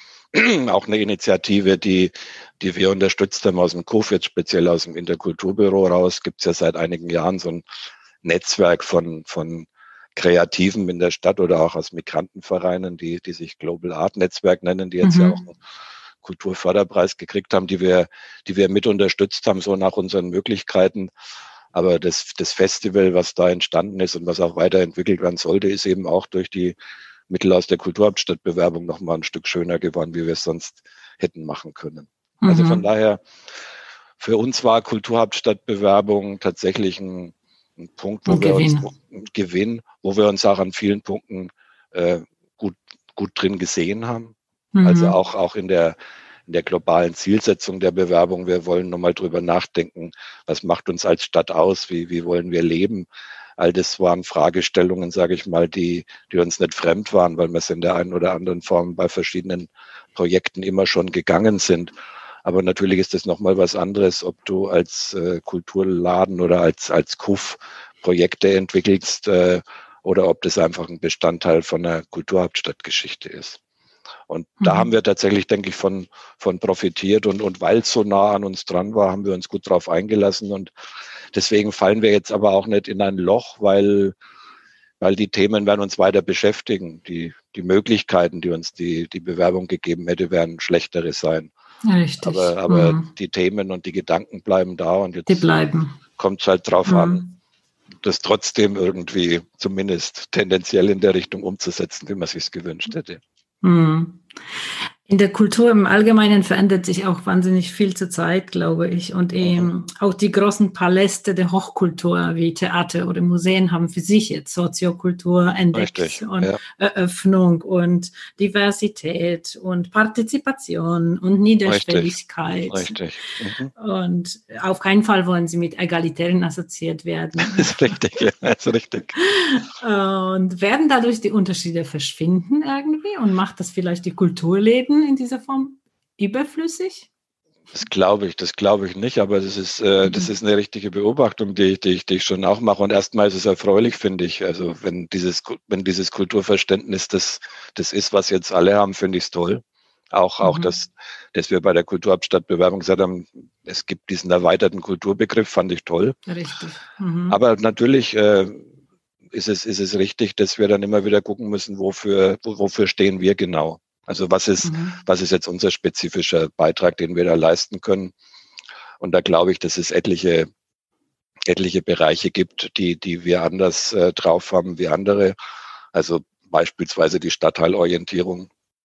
Auch eine Initiative, die, die wir unterstützt haben aus dem K U F, jetzt speziell aus dem Interkulturbüro raus. Gibt es ja seit einigen Jahren so ein Netzwerk von, von Kreativen in der Stadt oder auch aus Migrantenvereinen, die, die sich Global Art Netzwerk nennen, die jetzt mhm. ja auch einen Kulturförderpreis gekriegt haben, die wir, die wir mit unterstützt haben, so nach unseren Möglichkeiten. Aber das, das Festival, was da entstanden ist und was auch weiterentwickelt werden sollte, ist eben auch durch die Mittel aus der Kulturhauptstadtbewerbung noch mal ein Stück schöner geworden, wie wir es sonst hätten machen können. Mhm. Also von daher, für uns war Kulturhauptstadtbewerbung tatsächlich ein, ein Punkt, wo ein wir Gewinn. uns ein Gewinn, wo wir uns auch an vielen Punkten äh, gut, gut drin gesehen haben. Mhm. Also auch, auch in der in der globalen Zielsetzung der Bewerbung. Wir wollen nochmal drüber nachdenken, was macht uns als Stadt aus, wie, wie wollen wir leben. All das waren Fragestellungen, sage ich mal, die, die uns nicht fremd waren, weil wir es in der einen oder anderen Form bei verschiedenen Projekten immer schon gegangen sind. Aber natürlich ist das nochmal was anderes, ob du als äh, Kulturladen oder als, als K U F Projekte entwickelst äh, oder ob das einfach ein Bestandteil von einer Kulturhauptstadtgeschichte ist. Und mhm. da haben wir tatsächlich, denke ich, von, von profitiert. Und, und weil es so nah an uns dran war, haben wir uns gut drauf eingelassen. Und deswegen fallen wir jetzt aber auch nicht in ein Loch, weil, weil die Themen werden uns weiter beschäftigen. Die, die Möglichkeiten, die uns die, die Bewerbung gegeben hätte, werden schlechtere sein. Richtig. Aber, aber mhm. die Themen und die Gedanken bleiben da. Und jetzt die bleiben. Kommt es halt drauf mhm. an, das trotzdem irgendwie zumindest tendenziell in der Richtung umzusetzen, wie man sich es gewünscht hätte. In der Kultur im Allgemeinen verändert sich auch wahnsinnig viel zur Zeit, glaube ich. Und eben auch die großen Paläste der Hochkultur wie Theater oder Museen haben für sich jetzt Soziokultur entdeckt. Richtig, und ja. Eröffnung und Diversität und Partizipation und Niederschwelligkeit. Richtig. Richtig. Mhm. Und auf keinen Fall wollen sie mit Egalitären assoziiert werden. Das ist richtig, ja, das ist richtig. Und werden dadurch die Unterschiede verschwinden irgendwie und macht das vielleicht die Kulturläden in dieser Form überflüssig? Das glaube ich, das glaube ich nicht, aber das ist, äh, das ist eine richtige Beobachtung, die ich, die ich, die ich schon auch mache. Und erstmal ist es erfreulich, finde ich. Also wenn dieses, wenn dieses Kulturverständnis das, das ist, was jetzt alle haben, finde ich es toll. Auch, auch, mhm. dass, dass wir bei der Kulturhauptstadtbewerbung gesagt haben, es gibt diesen erweiterten Kulturbegriff, fand ich toll. Richtig. Mhm. Aber natürlich äh, ist es, ist es richtig, dass wir dann immer wieder gucken müssen, wofür, wofür stehen wir genau. Also was ist, mhm. was ist jetzt unser spezifischer Beitrag, den wir da leisten können? Und da glaube ich, dass es etliche, etliche Bereiche gibt, die, die wir anders äh, drauf haben wie andere. Also beispielsweise die Stadtteilorientierung.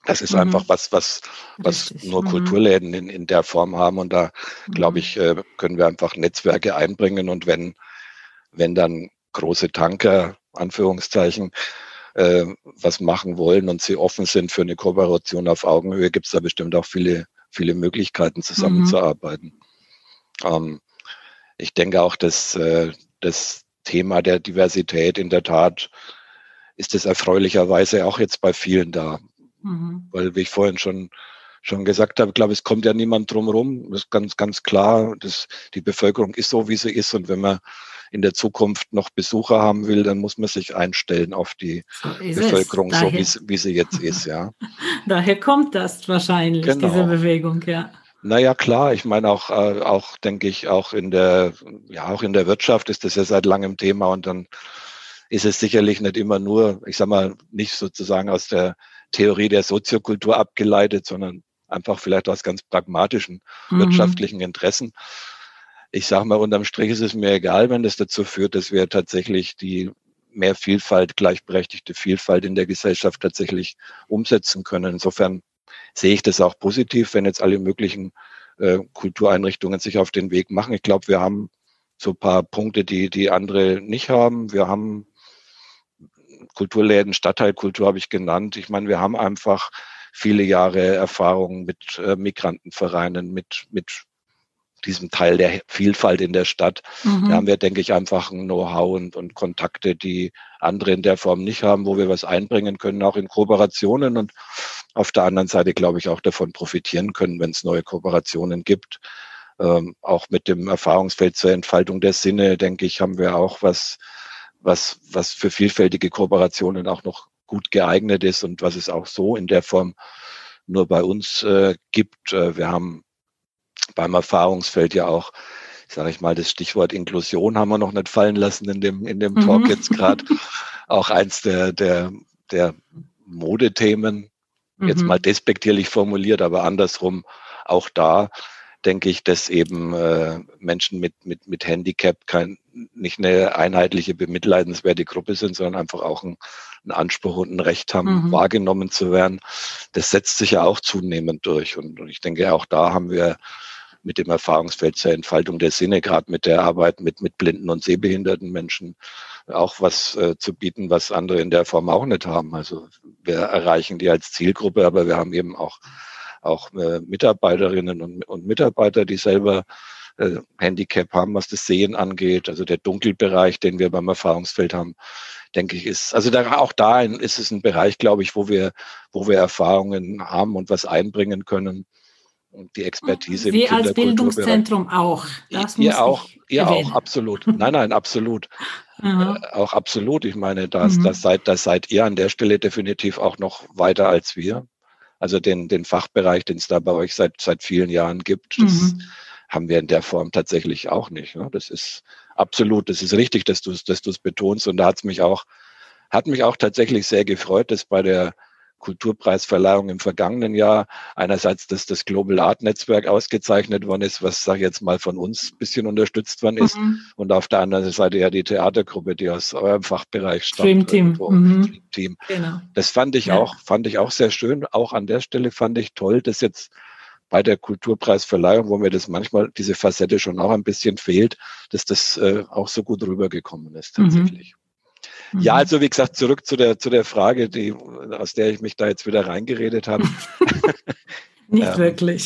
Das ist Mhm. einfach was, was, was Richtig. nur Mhm. Kulturläden in, in der Form haben. Und da, glaube Mhm. ich, äh, können wir einfach Netzwerke einbringen. Und wenn, wenn dann große Tanker, Anführungszeichen, äh, was machen wollen und sie offen sind für eine Kooperation auf Augenhöhe, gibt es da bestimmt auch viele, viele Möglichkeiten, zusammenzuarbeiten. Ähm, ich denke auch, dass äh, das Thema der Diversität in der Tat ist es erfreulicherweise auch jetzt bei vielen da. Mhm. Weil, wie ich vorhin schon, schon gesagt habe, ich glaube, es kommt ja niemand drum rum. Das ist ganz, ganz klar, dass die Bevölkerung ist so, wie sie ist. Und wenn man in der Zukunft noch Besucher haben will, dann muss man sich einstellen auf die So ist Bevölkerung, es. so Daher, wie, sie- wie sie jetzt ist, ja. daher kommt das wahrscheinlich, diese Genau. Bewegung, ja. Naja, klar, ich meine auch, äh, auch denke ich, auch in der, ja, auch in der Wirtschaft ist das ja seit langem Thema und dann ist es sicherlich nicht immer nur, ich sag mal, nicht sozusagen aus der Theorie der Soziokultur abgeleitet, sondern einfach vielleicht aus ganz pragmatischen Mhm. wirtschaftlichen Interessen. Ich sage mal, unterm Strich ist es mir egal, wenn das dazu führt, dass wir tatsächlich die mehr Vielfalt, gleichberechtigte Vielfalt in der Gesellschaft tatsächlich umsetzen können. Insofern sehe ich das auch positiv, wenn jetzt alle möglichen äh, Kultureinrichtungen sich auf den Weg machen. Ich glaube, wir haben so ein paar Punkte, die die andere nicht haben. Wir haben Kulturläden, Stadtteilkultur habe ich genannt. Ich meine, wir haben einfach viele Jahre Erfahrung mit äh, Migrantenvereinen, mit, mit diesem Teil der Vielfalt in der Stadt. Mhm. Da haben wir, denke ich, einfach ein Know-how und, und Kontakte, die andere in der Form nicht haben, wo wir was einbringen können, auch in Kooperationen und auf der anderen Seite, glaube ich, auch davon profitieren können, wenn es neue Kooperationen gibt. Ähm, auch mit dem Erfahrungsfeld zur Entfaltung der Sinne, denke ich, haben wir auch was, was, was für vielfältige Kooperationen auch noch gut geeignet ist und was es auch so in der Form nur bei uns äh, gibt. Äh, wir haben beim Erfahrungsfeld ja auch, sage ich mal, das Stichwort Inklusion haben wir noch nicht fallen lassen in dem, in dem Talk Mhm. jetzt gerade. Auch eins der, der, der Modethemen, jetzt mal Mhm. despektierlich formuliert, aber andersrum auch da denke ich, dass eben äh, Menschen mit, mit, mit Handicap kein, nicht eine einheitliche, bemitleidenswerte Gruppe sind, sondern einfach auch ein, einen Anspruch und ein Recht haben, Mhm. wahrgenommen zu werden. Das setzt sich ja auch zunehmend durch. Und, und ich denke, auch da haben wir mit dem Erfahrungsfeld zur Entfaltung der Sinne, gerade mit der Arbeit mit, mit blinden und sehbehinderten Menschen, auch was äh, zu bieten, was andere in der Form auch nicht haben. Also wir erreichen die als Zielgruppe, aber wir haben eben auch auch äh, Mitarbeiterinnen und, und Mitarbeiter, die selber äh, Handicap haben, was das Sehen angeht. Also der Dunkelbereich, den wir beim Erfahrungsfeld haben, denke ich, ist, also da, auch da ist es ein Bereich, glaube ich, wo wir, wo wir Erfahrungen haben und was einbringen können. Und die Expertise im Sie als Kinderkulturbereich. Bildungszentrum auch. Das ihr muss auch, ich ihr erwähnen. auch, absolut. Nein, nein, absolut. Aha. Äh, auch absolut. Ich meine, das, Mhm. das seid, das seid ihr an der Stelle definitiv auch noch weiter als wir. Also den, den Fachbereich, den es da bei euch seit, seit vielen Jahren gibt, das Mhm. haben wir in der Form tatsächlich auch nicht. Ne? Das ist absolut, das ist richtig, dass du es dass du es betonst. Und da hat es mich auch, hat mich auch tatsächlich sehr gefreut, dass bei der Kulturpreisverleihung im vergangenen Jahr einerseits, dass das Global Art Netzwerk ausgezeichnet worden ist, was, sag ich jetzt mal, von uns ein bisschen unterstützt worden ist. Mhm. Und auf der anderen Seite ja die Theatergruppe, die aus eurem Fachbereich Stream stammt. Team. Irgendwo. Mhm. Stream Team. Genau. Das fand ich Ja. auch, fand ich auch sehr schön. Auch an der Stelle fand ich toll, dass jetzt bei der Kulturpreisverleihung, wo mir das manchmal diese Facette schon auch ein bisschen fehlt, dass das äh, auch so gut rübergekommen ist tatsächlich. Mhm. Ja, Mhm. also wie gesagt, zurück zu der zu der Frage, die aus der ich mich da jetzt wieder reingeredet habe. Nicht ähm, wirklich.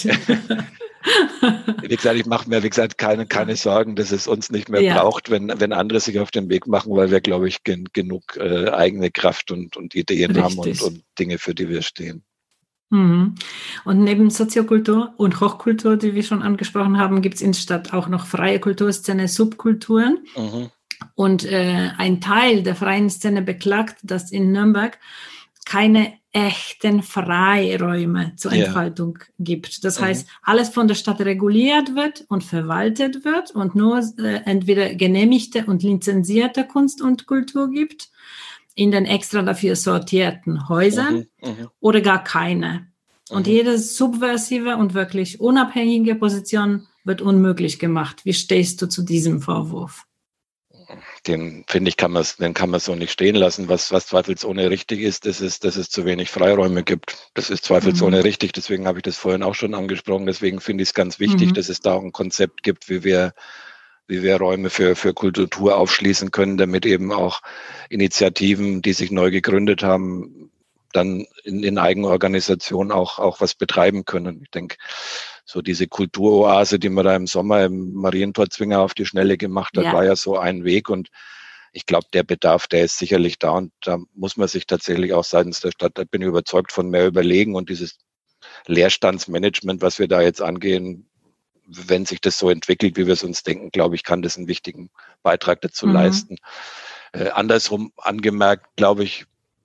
Wie gesagt, ich mache mir, wie gesagt, keine, keine Sorgen, dass es uns nicht mehr Ja. braucht, wenn, wenn andere sich auf den Weg machen, weil wir, glaube ich, gen, genug äh, eigene Kraft und, und Ideen haben und, Richtig. und Dinge, für die wir stehen. Mhm. Und neben Soziokultur und Hochkultur, die wir schon angesprochen haben, gibt es in der Stadt auch noch freie Kulturszene, Subkulturen. Mhm. Und äh, ein Teil der freien Szene beklagt, dass in Nürnberg keine echten Freiräume zur Ja. Entfaltung gibt. Das Mhm. heißt, alles von der Stadt reguliert wird und verwaltet wird und nur äh, entweder genehmigte und lizenzierte Kunst und Kultur gibt in den extra dafür sortierten Häusern Mhm. Mhm. oder gar keine. Und Mhm. jede subversive und wirklich unabhängige Position wird unmöglich gemacht. Wie stehst du zu diesem Vorwurf? den finde ich, kann man den kann man so nicht stehen lassen. Was, was zweifelsohne richtig ist, das ist, dass es zu wenig Freiräume gibt. Das ist zweifelsohne mhm. richtig. Deswegen habe ich das vorhin auch schon angesprochen. Deswegen finde ich es ganz wichtig, mhm. dass es da auch ein Konzept gibt, wie wir, wie wir Räume für, für Kultur aufschließen können, damit eben auch Initiativen, die sich neu gegründet haben, dann in, in Eigenorganisation auch, auch was betreiben können. Ich denke, so diese Kulturoase, die man da im Sommer im Marientor-Zwinger auf die Schnelle gemacht hat, ja. war ja so ein Weg. Und ich glaube, der Bedarf, der ist sicherlich da. Und da muss man sich tatsächlich auch seitens der Stadt, da bin ich überzeugt, von mehr überlegen. Und dieses Leerstandsmanagement, was wir da jetzt angehen, wenn sich das so entwickelt, wie wir es uns denken, glaube ich, kann das einen wichtigen Beitrag dazu mhm. leisten. Äh, andersrum angemerkt, glaube ich,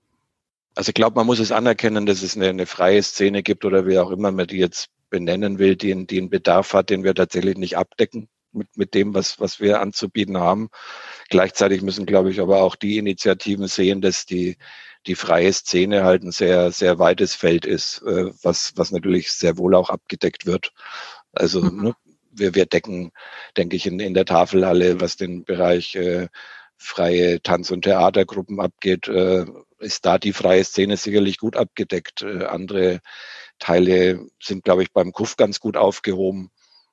also ich glaube, man muss es anerkennen, dass es eine, eine freie Szene gibt oder wie auch immer man die jetzt benennen will, die, die einen Bedarf hat, den wir tatsächlich nicht abdecken mit, mit dem, was, was wir anzubieten haben. Gleichzeitig müssen, glaube ich, aber auch die Initiativen sehen, dass die, die freie Szene halt ein sehr, sehr weites Feld ist, äh, was, was natürlich sehr wohl auch abgedeckt wird. Also mhm. ne, wir, wir decken, denke ich, in, in der Tafelhalle, was den Bereich äh, freie Tanz- und Theatergruppen abgeht, äh, ist da die freie Szene sicherlich gut abgedeckt. Äh, andere Teile sind, glaube ich, beim K U F ganz gut aufgehoben.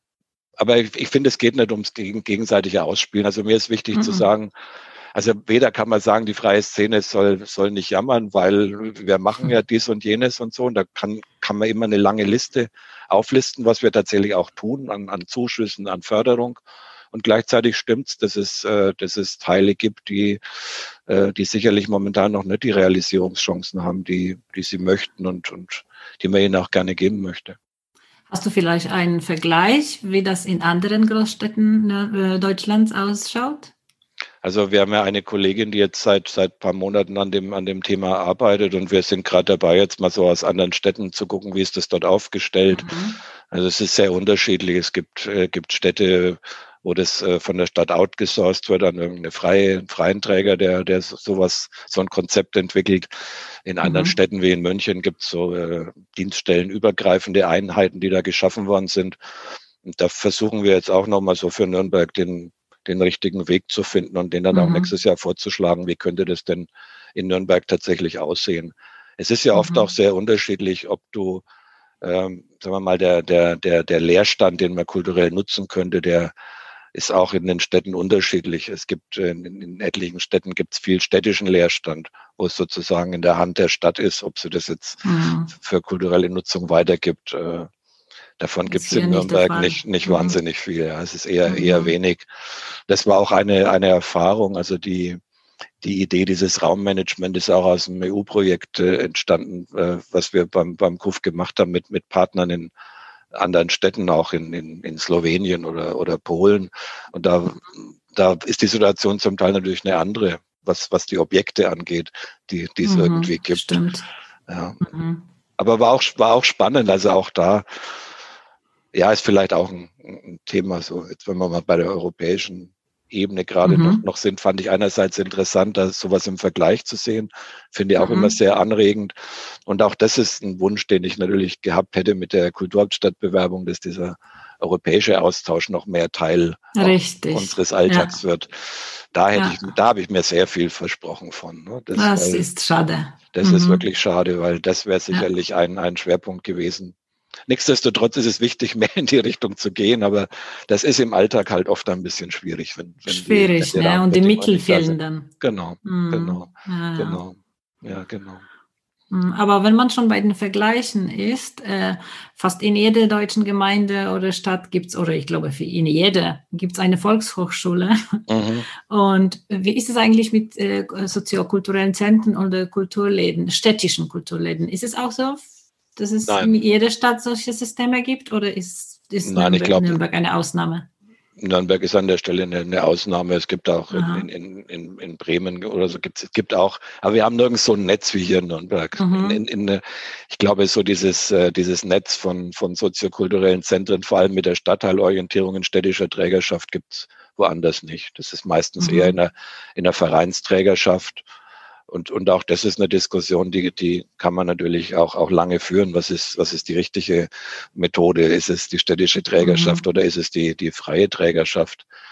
Aber ich, ich finde, es geht nicht ums gegen, gegenseitige Ausspielen. Also mir ist wichtig mhm. zu sagen, also weder kann man sagen, die freie Szene soll, soll nicht jammern, weil wir machen ja dies und jenes und so. Und da kann, kann man immer eine lange Liste auflisten, was wir tatsächlich auch tun an, an Zuschüssen, an Förderung. Und gleichzeitig stimmt's, dass es, äh, dass es Teile gibt, die, äh, die sicherlich momentan noch nicht die Realisierungschancen haben, die, die sie möchten und, und die man ihnen auch gerne geben möchte. Hast du vielleicht einen Vergleich, wie das in anderen Großstädten äh, Deutschlands ausschaut? Also wir haben ja eine Kollegin, die jetzt seit seit ein paar Monaten an dem an dem Thema arbeitet und wir sind gerade dabei, jetzt mal so aus anderen Städten zu gucken, wie ist das dort aufgestellt. Mhm. Also es ist sehr unterschiedlich. Es gibt äh, gibt Städte, wo das äh, von der Stadt outgesourced wird an irgendeine freie freien Träger, der der sowas so ein Konzept entwickelt. In anderen mhm. Städten wie in München gibt es so äh, dienststellenübergreifende Einheiten, die da geschaffen worden sind. Und da versuchen wir jetzt auch nochmal so für Nürnberg den den richtigen Weg zu finden und den dann mhm. auch nächstes Jahr vorzuschlagen, wie könnte das denn in Nürnberg tatsächlich aussehen. Es ist ja oft mhm. auch sehr unterschiedlich, ob du, ähm, sagen wir mal, der, der, der, der Leerstand, den man kulturell nutzen könnte, der ist auch in den Städten unterschiedlich. Es gibt in, in etlichen Städten gibt es viel städtischen Leerstand, wo es sozusagen in der Hand der Stadt ist, ob sie das jetzt mhm. für kulturelle Nutzung weitergibt. Äh, Davon gibt es in Nürnberg nicht, nicht mhm. wahnsinnig viel. Ja. Es ist eher, mhm. eher wenig. Das war auch eine, eine Erfahrung. Also die, die Idee dieses Raummanagement ist auch aus einem E U-Projekt äh, entstanden, äh, was wir beim, beim K U F gemacht haben mit, mit Partnern in anderen Städten, auch in, in, in Slowenien oder, oder Polen. Und da, da ist die Situation zum Teil natürlich eine andere, was, was die Objekte angeht, die, die es mhm. irgendwie gibt. Stimmt. Ja. Mhm. Aber war auch, war auch spannend. Also auch da, ja, ist vielleicht auch ein, ein Thema, so jetzt wenn wir mal bei der europäischen Ebene gerade mhm. noch, noch sind, fand ich einerseits interessant, da sowas im Vergleich zu sehen, finde ich auch mhm. immer sehr anregend. Und auch das ist ein Wunsch, den ich natürlich gehabt hätte mit der Kulturhauptstadtbewerbung, dass dieser europäische Austausch noch mehr Teil unseres Alltags ja. wird. Da hätte ja. ich, da habe ich mir sehr viel versprochen von. Ne? Das, das weil, ist schade. Das mhm. ist wirklich schade, weil das wäre sicherlich ja. ein, ein Schwerpunkt gewesen. Nichtsdestotrotz ist es wichtig, mehr in die Richtung zu gehen, aber das ist im Alltag halt oft ein bisschen schwierig. Wenn, wenn schwierig, die, wenn die ne? Und die Mittel fehlen dann. Genau, mm. genau, ja, genau, ja, genau. Aber wenn man schon bei den Vergleichen ist, äh, fast in jeder deutschen Gemeinde oder Stadt gibt's, oder ich glaube für in jeder, gibt's eine Volkshochschule. Mhm. Und wie ist es eigentlich mit äh, soziokulturellen Zentren oder Kulturläden, städtischen Kulturläden? Ist es auch so, dass es Nein. in jeder Stadt solche Systeme gibt, oder ist, ist Nein, Nürnberg, ich glaub, Nürnberg eine Ausnahme? Nürnberg ist an der Stelle eine, eine Ausnahme. Es gibt auch in, in, in, in Bremen oder so gibt es gibt auch, aber wir haben nirgends so ein Netz wie hier in Nürnberg. Mhm. In, in, in, ich glaube, so dieses, dieses Netz von, von soziokulturellen Zentren, vor allem mit der Stadtteilorientierung in städtischer Trägerschaft, gibt es woanders nicht. Das ist meistens mhm. eher in der, in der Vereinsträgerschaft. Und, und auch das ist eine Diskussion, die, die kann man natürlich auch, auch lange führen. Was ist, was ist die richtige Methode? Ist es die städtische Trägerschaft mhm. oder ist es die, die freie Trägerschaft?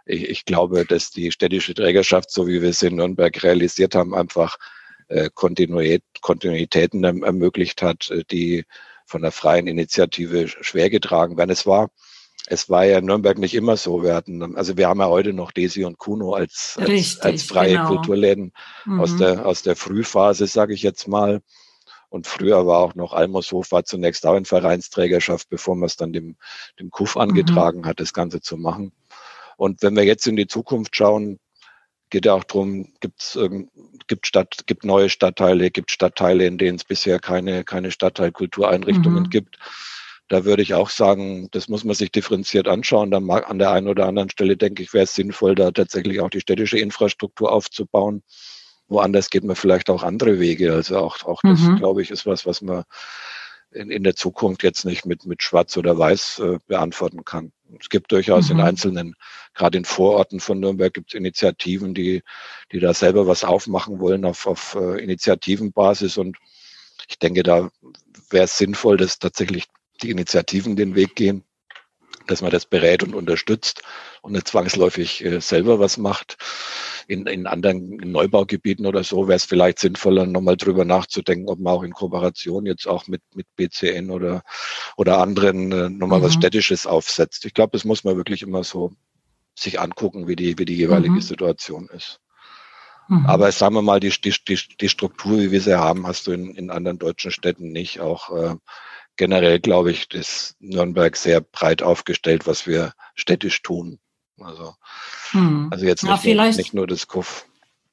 ich, ich glaube, dass die städtische Trägerschaft, so wie wir es in Nürnberg realisiert haben, einfach äh, Kontinuität, Kontinuitäten erm- ermöglicht hat, äh, die von der freien Initiative schwer getragen werden. Es war, es war ja in Nürnberg nicht immer so. Wir hatten, also wir haben ja heute noch Desi und Kuno als, als, Richtig, als freie genau. Kulturläden Mhm. aus der, aus der Frühphase, sage ich jetzt mal. Und früher war auch noch Almoshof war zunächst auch in Vereinsträgerschaft, bevor man es dann dem, dem K U F angetragen Mhm. hat, das Ganze zu machen. Und wenn wir jetzt in die Zukunft schauen, geht ja auch darum, gibt's, ähm, gibt Stadt, gibt neue Stadtteile, gibt Stadtteile, in denen es bisher keine, keine Stadtteilkultureinrichtungen Mhm. gibt. Da würde ich auch sagen, das muss man sich differenziert anschauen. Da mag an der einen oder anderen Stelle, denke ich, wäre es sinnvoll, da tatsächlich auch die städtische Infrastruktur aufzubauen. Woanders geht man vielleicht auch andere Wege. Also auch, auch das, Mhm. glaube ich, ist was, was man in, in der Zukunft jetzt nicht mit, mit Schwarz oder Weiß äh, beantworten kann. Es gibt durchaus in Mhm. einzelnen, gerade in Vororten von Nürnberg, gibt es Initiativen, die, die da selber was aufmachen wollen auf, auf äh, Initiativenbasis. Und ich denke, da wäre es sinnvoll, dass tatsächlich die Initiativen den Weg gehen, dass man das berät und unterstützt und nicht zwangsläufig äh, selber was macht. In, in anderen Neubaugebieten oder so wäre es vielleicht sinnvoller, nochmal drüber nachzudenken, ob man auch in Kooperation jetzt auch mit, mit B C N oder, oder anderen äh, nochmal Mhm. was Städtisches aufsetzt. Ich glaube, das muss man wirklich immer so sich angucken, wie die, wie die jeweilige Mhm. Situation ist. Mhm. Aber sagen wir mal, die, die, die, die Struktur, wie wir sie haben, hast du in, in anderen deutschen Städten nicht. Auch äh, generell, glaube ich, ist Nürnberg sehr breit aufgestellt, was wir städtisch tun. Also, Mhm. also jetzt Ja, nicht nur, vielleicht, nicht nur das K U F.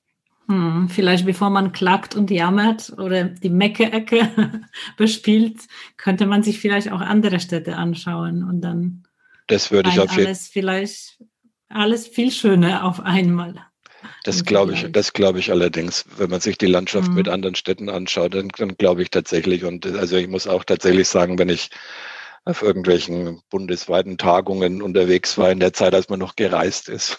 hm, vielleicht bevor man klagt und jammert oder die Mecke-Ecke bespielt, könnte man sich vielleicht auch andere Städte anschauen und dann Das würde ich scheint auf jeden alles vielleicht alles viel schöner auf einmal Das im glaube ich, Vergleich. das glaube ich allerdings. Wenn man sich die Landschaft mit Mhm. anderen Städten anschaut, dann, dann glaube ich tatsächlich. Und äh, also ich muss auch tatsächlich sagen, wenn ich auf irgendwelchen bundesweiten Tagungen unterwegs war in der Zeit, als man noch gereist ist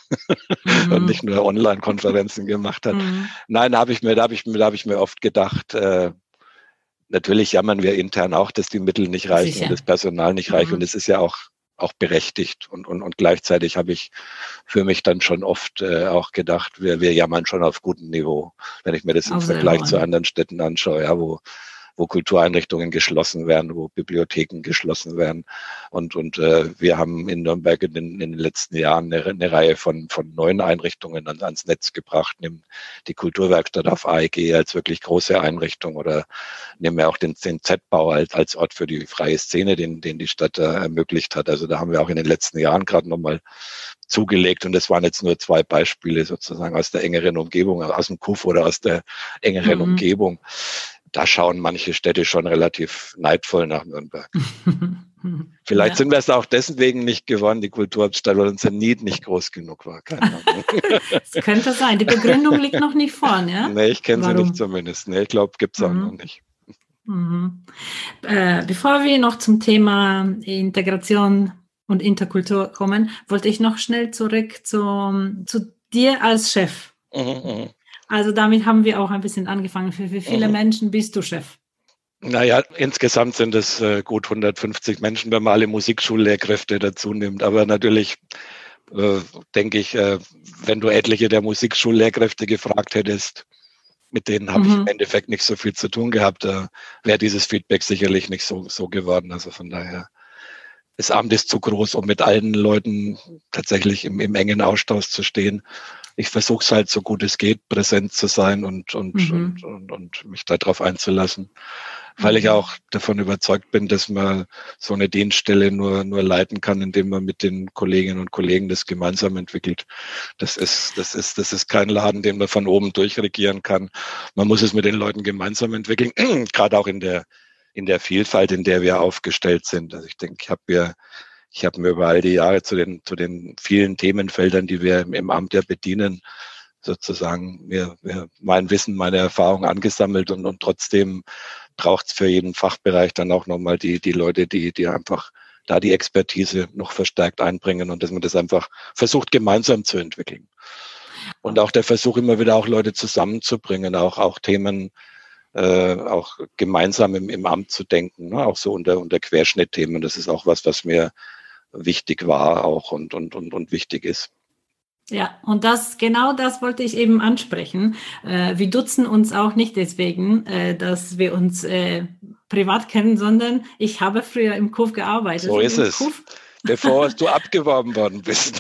und nicht Mhm. nur Online-Konferenzen gemacht hat. Mhm. Nein, da habe ich mir, da habe ich mir, da habe ich mir oft gedacht, äh, natürlich jammern wir intern auch, dass die Mittel nicht reichen und Sicher. das Personal nicht reicht. Und Mhm. es ist ja auch auch berechtigt. Und, und, und gleichzeitig habe ich für mich dann schon oft äh, auch gedacht, wir, wir jammern schon auf gutem Niveau, wenn ich mir das im Auf sehr Vergleich zu hohen. anderen Städten anschaue, ja, wo wo Kultureinrichtungen geschlossen werden, wo Bibliotheken geschlossen werden. Und, und äh, wir haben in Nürnberg in den, in den letzten Jahren eine, eine Reihe von, von neuen Einrichtungen an, ans Netz gebracht. Nehmen die Kulturwerkstatt auf A E G als wirklich große Einrichtung oder nehmen wir auch den, den Z-Bau als, als Ort für die freie Szene, den, den die Stadt äh, ermöglicht hat. Also da haben wir auch in den letzten Jahren gerade nochmal zugelegt. Und das waren jetzt nur zwei Beispiele sozusagen aus der engeren Umgebung, aus dem K U F oder aus der engeren Mhm. Umgebung. Da schauen manche Städte schon relativ neidvoll nach Nürnberg. Vielleicht Ja. sind wir es auch deswegen nicht geworden, die Kulturhauptstadt, weil unser Need nicht groß genug war. Keine Ahnung. Es könnte sein. Die Begründung liegt noch nicht vor, ja? Nee, ich kenne sie nicht Warum? zumindest. Nee, ich glaube, gibt es auch noch Mhm. nicht. Mhm. Äh, bevor wir noch zum Thema Integration und Interkultur kommen, wollte ich noch schnell zurück zum, zu dir als Chef. Mhm, mhm. Also damit haben wir auch ein bisschen angefangen. Für wie viele Mhm. Menschen bist du Chef? Naja, insgesamt sind es äh, gut hundertfünfzig Menschen, wenn man alle Musikschullehrkräfte dazu nimmt. Aber natürlich äh, denke ich, äh, wenn du etliche der Musikschullehrkräfte gefragt hättest, mit denen habe ich im Mhm. Endeffekt nicht so viel zu tun gehabt, äh, wäre dieses Feedback sicherlich nicht so, so geworden. Also von daher, das Amt ist zu groß, um mit allen Leuten tatsächlich im, im engen Austausch zu stehen. Ich versuche es halt so gut es geht, präsent zu sein und, und, Mhm. und, und, und mich darauf einzulassen. Weil ich Mhm. auch davon überzeugt bin, dass man so eine Dienststelle nur, nur leiten kann, indem man mit den Kolleginnen und Kollegen das gemeinsam entwickelt. Das ist, das ist, das ist kein Laden, den man von oben durchregieren kann. Man muss es mit den Leuten gemeinsam entwickeln, gerade auch in der, in der Vielfalt, in der wir aufgestellt sind. Also ich denke, ich habe mir, ich habe mir über all die Jahre zu den, zu den vielen Themenfeldern, die wir im, im Amt ja bedienen, sozusagen mir, mir mein Wissen, meine Erfahrung angesammelt und, und trotzdem braucht es für jeden Fachbereich dann auch nochmal die, die Leute, die, die einfach da die Expertise noch verstärkt einbringen und dass man das einfach versucht, gemeinsam zu entwickeln. Und auch der Versuch, immer wieder auch Leute zusammenzubringen, auch, auch Themen äh, auch gemeinsam im, im Amt zu denken, ne? Auch so unter, unter Querschnittthemen. Das ist auch was, was mir wichtig war auch und, und, und, und wichtig ist. Ja, und das, genau das wollte ich eben ansprechen. Äh, wir duzen uns auch nicht deswegen, äh, dass wir uns äh, privat kennen, sondern ich habe früher im K U F gearbeitet. So ist es, K U F bevor du abgeworben worden bist.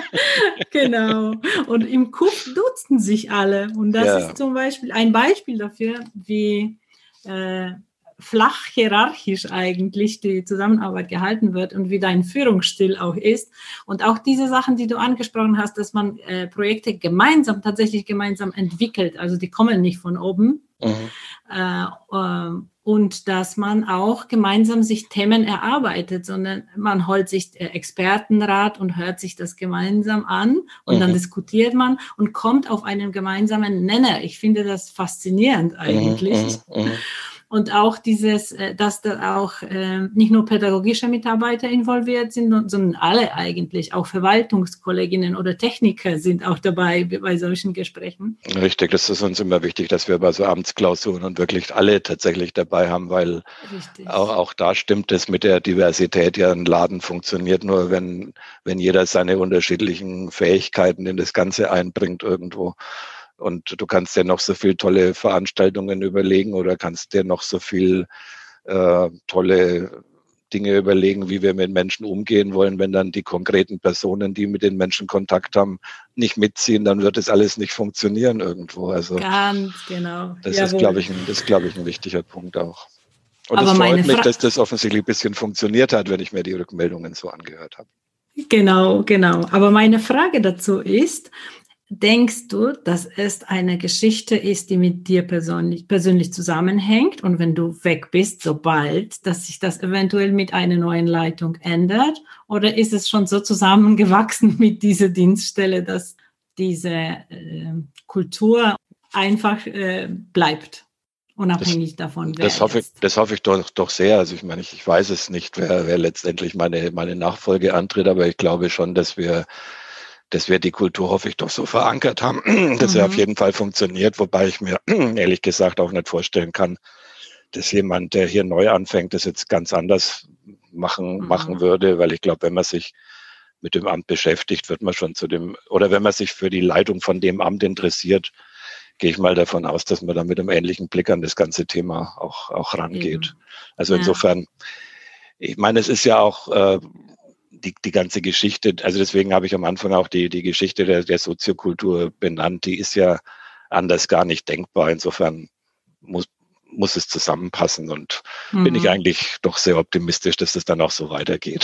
Genau, und im K U F duzen sich alle. Und das Ja. ist zum Beispiel ein Beispiel dafür, wie äh, flach hierarchisch eigentlich die Zusammenarbeit gehalten wird und wie dein Führungsstil auch ist. Und auch diese Sachen, die du angesprochen hast, dass man äh, Projekte gemeinsam, tatsächlich gemeinsam entwickelt, also die kommen nicht von oben. Mhm. Äh, äh, und dass man auch gemeinsam sich Themen erarbeitet, sondern man holt sich äh, Expertenrat und hört sich das gemeinsam an und mhm. dann diskutiert man und kommt auf einen gemeinsamen Nenner. Ich finde das faszinierend eigentlich. Mhm. Mhm. Und auch dieses, dass da auch äh, nicht nur pädagogische Mitarbeiter involviert sind, sondern alle eigentlich, auch Verwaltungskolleginnen oder Techniker sind auch dabei bei solchen Gesprächen. Richtig, das ist uns immer wichtig, dass wir bei so Amtsklausuren und wirklich alle tatsächlich dabei haben, weil auch, auch da stimmt es mit der Diversität. Ja, ein Laden funktioniert nur, wenn, wenn jeder seine unterschiedlichen Fähigkeiten in das Ganze einbringt irgendwo. Und du kannst dir noch so viel tolle Veranstaltungen überlegen oder kannst dir noch so viel äh, tolle Dinge überlegen, wie wir mit Menschen umgehen wollen. Wenn dann die konkreten Personen, die mit den Menschen Kontakt haben, nicht mitziehen, dann wird das alles nicht funktionieren irgendwo. Also ganz genau. Das Jawohl. ist, glaube ich, ein, das ist, glaube ich, ein wichtiger Punkt auch. Und Aber es freut mich, Fra- dass das offensichtlich ein bisschen funktioniert hat, wenn ich mir die Rückmeldungen so angehört habe. Genau, genau. Aber meine Frage dazu ist, denkst du, dass es eine Geschichte ist, die mit dir persönlich, persönlich zusammenhängt und wenn du weg bist, sobald, dass sich das eventuell mit einer neuen Leitung ändert? Oder ist es schon so zusammengewachsen mit dieser Dienststelle, dass diese äh, Kultur einfach äh, bleibt, unabhängig das, davon, wer das hoffe jetzt? ich, das hoffe ich doch, doch sehr. Also ich meine, ich, ich weiß es nicht, wer, wer letztendlich meine, meine Nachfolge antritt, aber ich glaube schon, dass wir dass wir die Kultur, hoffe ich, doch so verankert haben, dass mhm. er auf jeden Fall funktioniert, wobei ich mir ehrlich gesagt auch nicht vorstellen kann, dass jemand, der hier neu anfängt, das jetzt ganz anders machen, mhm. machen würde, weil ich glaube, wenn man sich mit dem Amt beschäftigt, wird man schon zu dem, oder wenn man sich für die Leitung von dem Amt interessiert, gehe ich mal davon aus, dass man da mit einem ähnlichen Blick an das ganze Thema auch, auch rangeht. Mhm. Also ja. insofern, ich meine, es ist ja auch, äh, Die, die ganze Geschichte, also deswegen habe ich am Anfang auch die, die Geschichte der, der Soziokultur benannt, die ist ja anders gar nicht denkbar. Insofern muss, muss es zusammenpassen und mhm. bin ich eigentlich doch sehr optimistisch, dass es dann auch so weitergeht.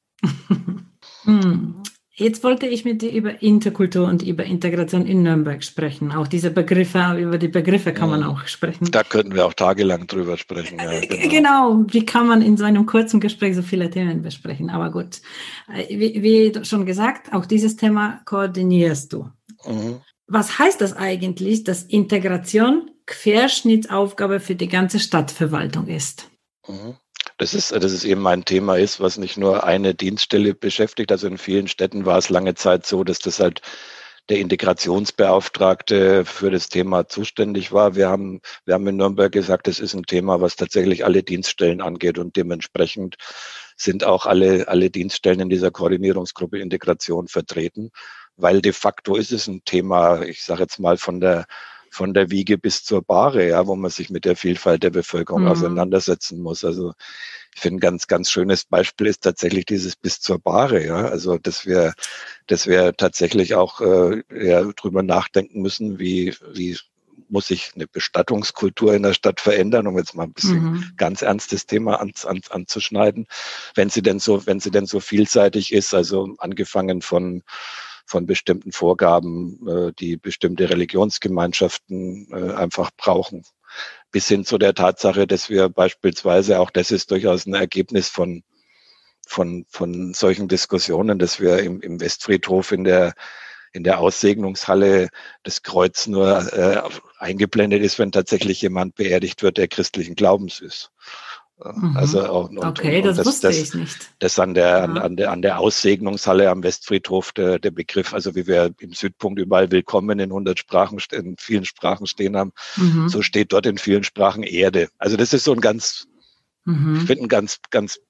mhm. Jetzt wollte ich mit dir über Interkultur und über Integration in Nürnberg sprechen. Auch diese Begriffe, über die Begriffe kann man auch sprechen. Da könnten wir auch tagelang drüber sprechen. Ja, genau. genau, wie kann man in so einem kurzen Gespräch so viele Themen besprechen? Aber gut, wie, wie schon gesagt, auch dieses Thema koordinierst du. Mhm. Was heißt das eigentlich, dass Integration Querschnittsaufgabe für die ganze Stadtverwaltung ist? Mhm. Das ist, dass es eben ein Thema ist, was nicht nur eine Dienststelle beschäftigt. Also in vielen Städten war es lange Zeit so, dass das halt der Integrationsbeauftragte für das Thema zuständig war. Wir haben, wir haben in Nürnberg gesagt, das ist ein Thema, was tatsächlich alle Dienststellen angeht und dementsprechend sind auch alle, alle Dienststellen in dieser Koordinierungsgruppe Integration vertreten, weil de facto ist es ein Thema, ich sage jetzt mal von der von der Wiege bis zur Bahre, ja, wo man sich mit der Vielfalt der Bevölkerung mhm. auseinandersetzen muss. Also ich finde, ein ganz, ganz schönes Beispiel ist tatsächlich dieses bis zur Bahre, ja. Also dass wir, dass wir tatsächlich auch äh, ja, drüber nachdenken müssen, wie, wie muss sich eine Bestattungskultur in der Stadt verändern, um jetzt mal ein bisschen mhm. ganz ernstes Thema an, an, anzuschneiden, wenn sie denn so, wenn sie denn so vielseitig ist, also angefangen von von bestimmten Vorgaben, äh, die bestimmte Religionsgemeinschaften äh, einfach brauchen. Bis hin zu der Tatsache, dass wir beispielsweise, auch das ist durchaus ein Ergebnis von, von, von solchen Diskussionen, dass wir im, im Westfriedhof in der, in der Aussegnungshalle das Kreuz nur äh, eingeblendet ist, wenn tatsächlich jemand beerdigt wird, der christlichen Glaubens ist. Mhm. Also und, okay, und, und das, das wusste das, ich nicht. Das an der, ja. an, an der, an der Aussegnungshalle am Westfriedhof, der, der Begriff, also wie wir im Südpunkt überall willkommen in hundert Sprachen, in vielen Sprachen stehen haben, mhm. so steht dort in vielen Sprachen Erde. Also das ist so ein ganz, mhm. ich finde ein ganz, ganz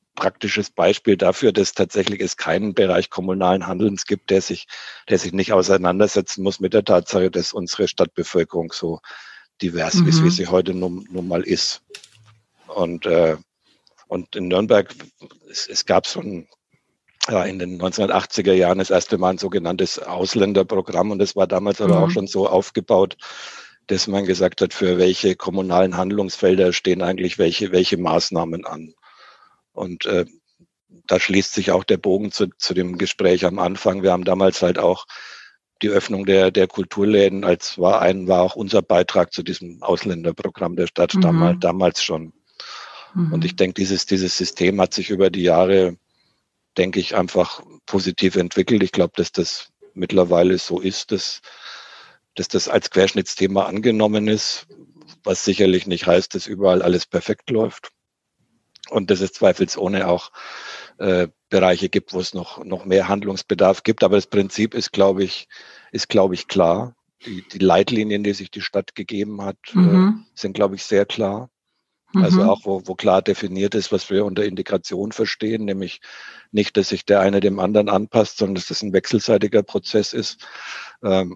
praktisches Beispiel dafür, dass tatsächlich es keinen Bereich kommunalen Handelns gibt, der sich, der sich nicht auseinandersetzen muss mit der Tatsache, dass unsere Stadtbevölkerung so divers mhm. ist, wie sie heute nun, nun mal ist. Und, äh, und in Nürnberg, es, es gab so ein, ja, in den neunzehnhundertachtziger Jahren das erste Mal ein sogenanntes Ausländerprogramm, und das war damals aber mhm. auch schon so aufgebaut, dass man gesagt hat, für welche kommunalen Handlungsfelder stehen eigentlich welche, welche Maßnahmen an. Und äh, da schließt sich auch der Bogen zu, zu dem Gespräch am Anfang. Wir haben damals halt auch die Öffnung der, der Kulturläden als war ein, war auch unser Beitrag zu diesem Ausländerprogramm der Stadt mhm. damals, damals schon. Mhm. Und ich denke, dieses, dieses System hat sich über die Jahre, denke ich, einfach positiv entwickelt. Ich glaube, dass das mittlerweile so ist, dass, dass das als Querschnittsthema angenommen ist, was sicherlich nicht heißt, dass überall alles perfekt läuft. Und dass es zweifelsohne auch äh, Bereiche gibt, wo es noch, noch mehr Handlungsbedarf gibt. Aber das Prinzip ist, glaube ich, ist, glaube ich, klar. Die, die Leitlinien, die sich die Stadt gegeben hat, mhm. äh, sind, glaube ich, sehr klar. Mhm. Also auch, wo, wo klar definiert ist, was wir unter Integration verstehen, nämlich nicht, dass sich der eine dem anderen anpasst, sondern dass das ein wechselseitiger Prozess ist. Ähm,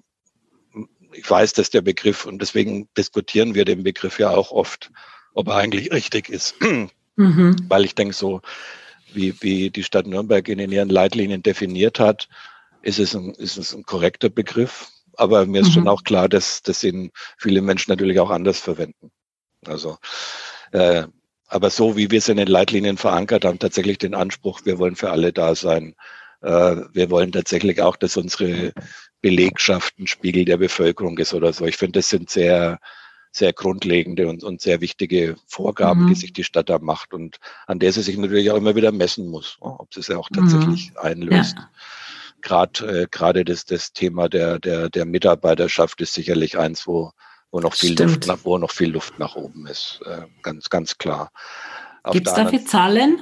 ich weiß, dass der Begriff, und deswegen diskutieren wir den Begriff ja auch oft, ob er eigentlich richtig ist. Mhm. Weil ich denke, so wie, wie die Stadt Nürnberg ihn in ihren Leitlinien definiert hat, ist es ein, ist es ein korrekter Begriff. Aber mir ist mhm. schon auch klar, dass, dass ihn viele Menschen natürlich auch anders verwenden. Also, äh, aber so wie wir es in den Leitlinien verankert haben, tatsächlich den Anspruch, wir wollen für alle da sein. Äh, wir wollen tatsächlich auch, dass unsere Belegschaft ein Spiegel der Bevölkerung ist oder so. Ich finde, das sind sehr sehr grundlegende und, und sehr wichtige Vorgaben, mhm. die sich die Stadt da macht und an der sie sich natürlich auch immer wieder messen muss, ob sie es ja auch tatsächlich mhm. einlöst. Ja. Gerade äh, gerade das, das Thema der, der, der Mitarbeiterschaft ist sicherlich eins, wo, wo, noch viel Luft nach, wo noch viel Luft nach oben ist. Äh, ganz, ganz klar. Gibt es dafür Zahlen?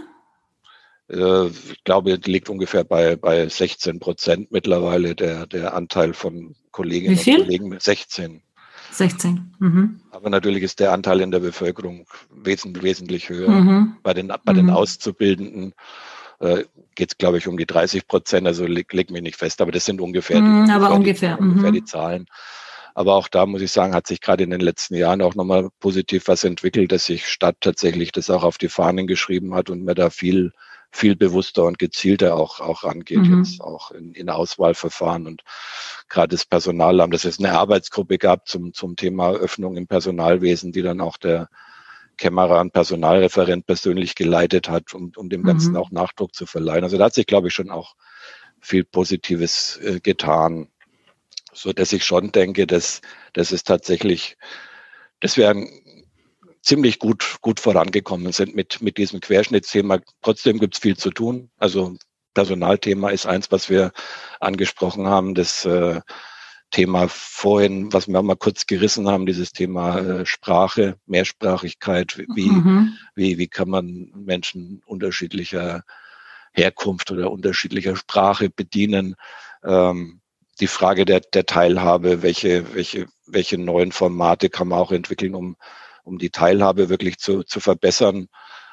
Äh, ich glaube, die liegt ungefähr bei, bei sechzehn Prozent mittlerweile, der, der Anteil von Kolleginnen und Kollegen mit sechzehn. sechzehn. Mhm. Aber natürlich ist der Anteil in der Bevölkerung wesentlich, wesentlich höher. Mhm. Bei den, bei mhm. den Auszubildenden äh, geht es, glaube ich, um die dreißig Prozent. Also leg, leg mich nicht fest, aber das sind ungefähr, mhm, die, aber ungefähr, ungefähr. Die, ungefähr mhm. die Zahlen. Aber auch da muss ich sagen, hat sich gerade in den letzten Jahren auch nochmal positiv was entwickelt, dass sich Stadt tatsächlich das auch auf die Fahnen geschrieben hat und mir da viel viel bewusster und gezielter auch, auch rangeht, mhm. jetzt auch in, in Auswahlverfahren. Und gerade das Personalamt, dass es eine Arbeitsgruppe gab zum, zum Thema Öffnung im Personalwesen, die dann auch der Kämmerer und Personalreferent persönlich geleitet hat, um, um dem Ganzen mhm. auch Nachdruck zu verleihen. Also da hat sich, glaube ich, schon auch viel Positives äh, getan, so dass ich schon denke, dass, dass es tatsächlich, dass wir ein ziemlich gut, gut vorangekommen sind mit, mit diesem Querschnittsthema. Trotzdem gibt es viel zu tun. Also Personalthema ist eins, was wir angesprochen haben. Das äh, Thema vorhin, was wir auch mal kurz gerissen haben, dieses Thema äh, Sprache, Mehrsprachigkeit. Wie, mhm. wie, wie kann man Menschen unterschiedlicher Herkunft oder unterschiedlicher Sprache bedienen? Ähm, die Frage der, der Teilhabe, welche, welche, welche neuen Formate kann man auch entwickeln, um um die Teilhabe wirklich zu, zu verbessern.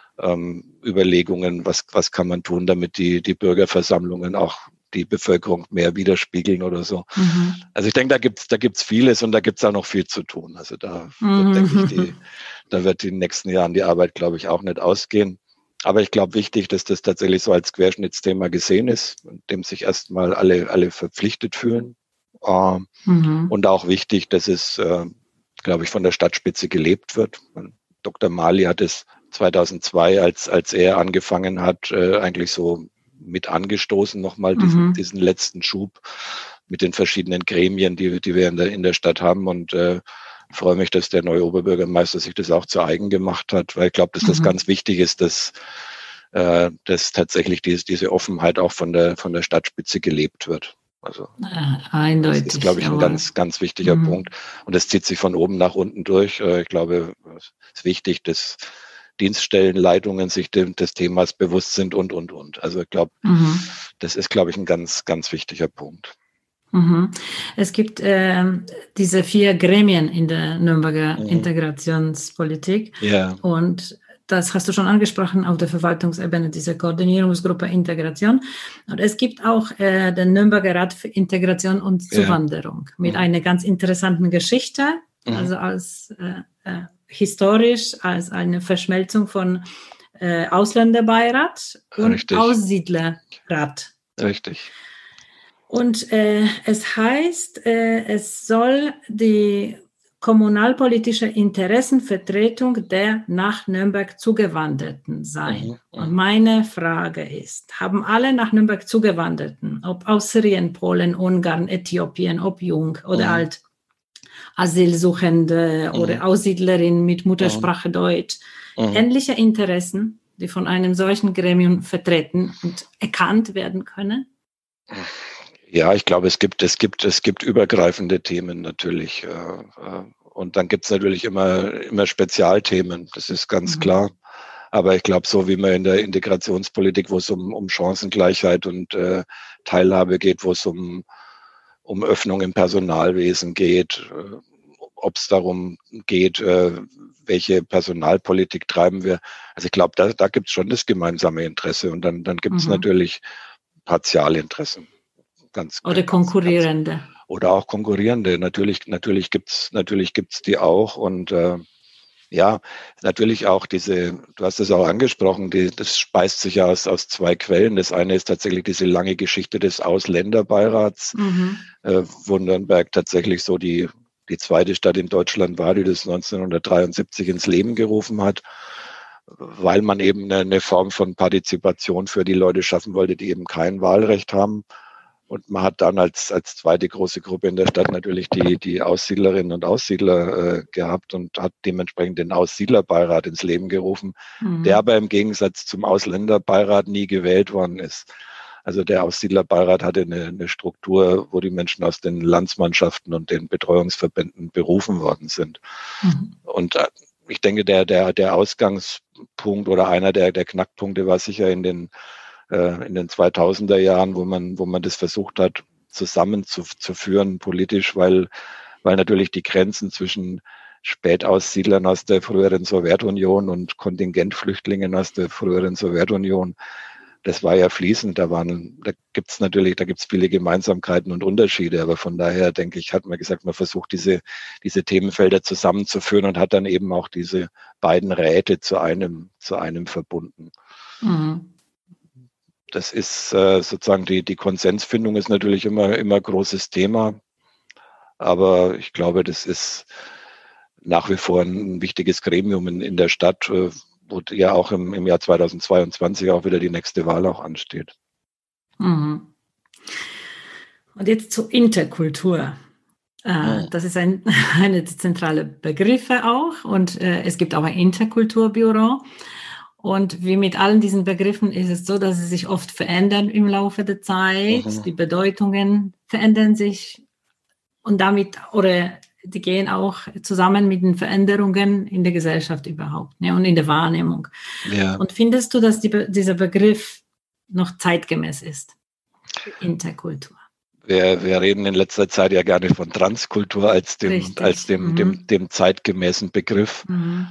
Ähm, Überlegungen, was, was kann man tun, damit die, die Bürgerversammlungen auch die Bevölkerung mehr widerspiegeln oder so. Mhm. Also ich denke, da gibt's da gibt's vieles und da gibt's auch noch viel zu tun. Also da mhm. wird, denke ich, die, da wird in den nächsten Jahren die Arbeit, glaube ich, auch nicht ausgehen. Aber ich glaube, wichtig, dass das tatsächlich so als Querschnittsthema gesehen ist, dem sich erstmal alle, alle verpflichtet fühlen. Ähm, mhm. Und auch wichtig, dass es äh, glaube ich, von der Stadtspitze gelebt wird. Doktor Mali hat es zweitausendzwei, als, als er angefangen hat, äh, eigentlich so mit angestoßen, nochmal diesen, mhm. diesen letzten Schub mit den verschiedenen Gremien, die, die wir in der, in der Stadt haben. Und äh, freue mich, dass der neue Oberbürgermeister sich das auch zu eigen gemacht hat, weil ich glaube, dass das mhm. ganz wichtig ist, dass, äh, dass tatsächlich diese, diese Offenheit auch von der, von der Stadtspitze gelebt wird. Also eindeutig. Das ist, glaube ich, ein ganz, ganz wichtiger mhm. Punkt. Und das zieht sich von oben nach unten durch. Ich glaube, es ist wichtig, dass Dienststellenleitungen sich dem, des Themas bewusst sind und, und, und. Also ich glaube, mhm. das ist, glaube ich, ein ganz, ganz wichtiger Punkt. Mhm. Es gibt äh, diese vier Gremien in der Nürnberger mhm. Integrationspolitik. Ja. Und das hast du schon angesprochen, auf der Verwaltungsebene, diese Koordinierungsgruppe Integration. Und es gibt auch äh, den Nürnberger Rat für Integration und Zuwanderung ja. mit mhm. einer ganz interessanten Geschichte, mhm. also als äh, äh, historisch, als eine Verschmelzung von äh, Ausländerbeirat und Richtig. Aussiedlerrat. Richtig. Und äh, es heißt, äh, es soll die kommunalpolitische Interessenvertretung der nach Nürnberg Zugewanderten sein. Mhm, und meine Frage ist, haben alle nach Nürnberg Zugewanderten, ob aus Syrien, Polen, Ungarn, Äthiopien, ob jung oder mhm. alt, Asylsuchende mhm. oder Aussiedlerinnen mit Muttersprache mhm. Deutsch, mhm. ähnliche Interessen, die von einem solchen Gremium vertreten und erkannt werden können? Ja, ich glaube, es gibt, es gibt, es gibt übergreifende Themen natürlich. Und dann gibt es natürlich immer, immer Spezialthemen. Das ist ganz mhm. klar. Aber ich glaube, so wie man in der Integrationspolitik, wo es um, um Chancengleichheit und äh, Teilhabe geht, wo es um, um Öffnung im Personalwesen geht, äh, ob es darum geht, äh, welche Personalpolitik treiben wir. Also ich glaube, da, da gibt es schon das gemeinsame Interesse. Und dann, dann gibt es mhm. natürlich Partialinteressen. Ganz, oder ganz, konkurrierende. Ganz, oder auch konkurrierende. Natürlich, natürlich gibt's, natürlich gibt's die auch. Und äh, ja, natürlich auch diese, du hast es auch angesprochen, die, das speist sich ja aus, aus zwei Quellen. Das eine ist tatsächlich diese lange Geschichte des Ausländerbeirats, mhm. äh, wo Nürnberg tatsächlich so die, die zweite Stadt in Deutschland war, die das neunzehnhundertdreiundsiebzig ins Leben gerufen hat, weil man eben eine, eine Form von Partizipation für die Leute schaffen wollte, die eben kein Wahlrecht haben. Und man hat dann als, als zweite große Gruppe in der Stadt natürlich die, die Aussiedlerinnen und Aussiedler äh, gehabt und hat dementsprechend den Aussiedlerbeirat ins Leben gerufen, mhm. der aber im Gegensatz zum Ausländerbeirat nie gewählt worden ist. Also der Aussiedlerbeirat hatte eine, eine Struktur, wo die Menschen aus den Landsmannschaften und den Betreuungsverbänden berufen worden sind. Mhm. Und äh, ich denke, der, der, der Ausgangspunkt oder einer der, der Knackpunkte war sicher in den in den zweitausender Jahren, wo man, wo man das versucht hat, zusammenzuführen politisch, weil, weil natürlich die Grenzen zwischen Spätaussiedlern aus der früheren Sowjetunion und Kontingentflüchtlingen aus der früheren Sowjetunion, das war ja fließend. Da waren, da gibt's natürlich, da gibt's viele Gemeinsamkeiten und Unterschiede. Aber von daher denke ich, hat man gesagt, man versucht diese, diese Themenfelder zusammenzuführen und hat dann eben auch diese beiden Räte zu einem, zu einem verbunden. Mhm. Das ist äh, sozusagen die, die Konsensfindung ist natürlich immer, immer großes Thema. Aber ich glaube, das ist nach wie vor ein wichtiges Gremium in, in der Stadt, äh, wo ja auch im, im Jahr zweitausendzweiundzwanzig auch wieder die nächste Wahl auch ansteht. Mhm. Und jetzt zur Interkultur. Äh, ja. Das ist ein, eine zentrale Begriffe auch. Und äh, es gibt auch ein Interkulturbüro. Und wie mit allen diesen Begriffen ist es so, dass sie sich oft verändern im Laufe der Zeit. Mhm. Die Bedeutungen verändern sich und damit, oder die gehen auch zusammen mit den Veränderungen in der Gesellschaft überhaupt, ne, und in der Wahrnehmung. Ja. Und findest du, dass die, dieser Begriff noch zeitgemäß ist? Interkultur. Wir, wir reden in letzter Zeit ja gerne von Transkultur als dem, als dem, mhm. dem, dem zeitgemäßen Begriff. Mhm.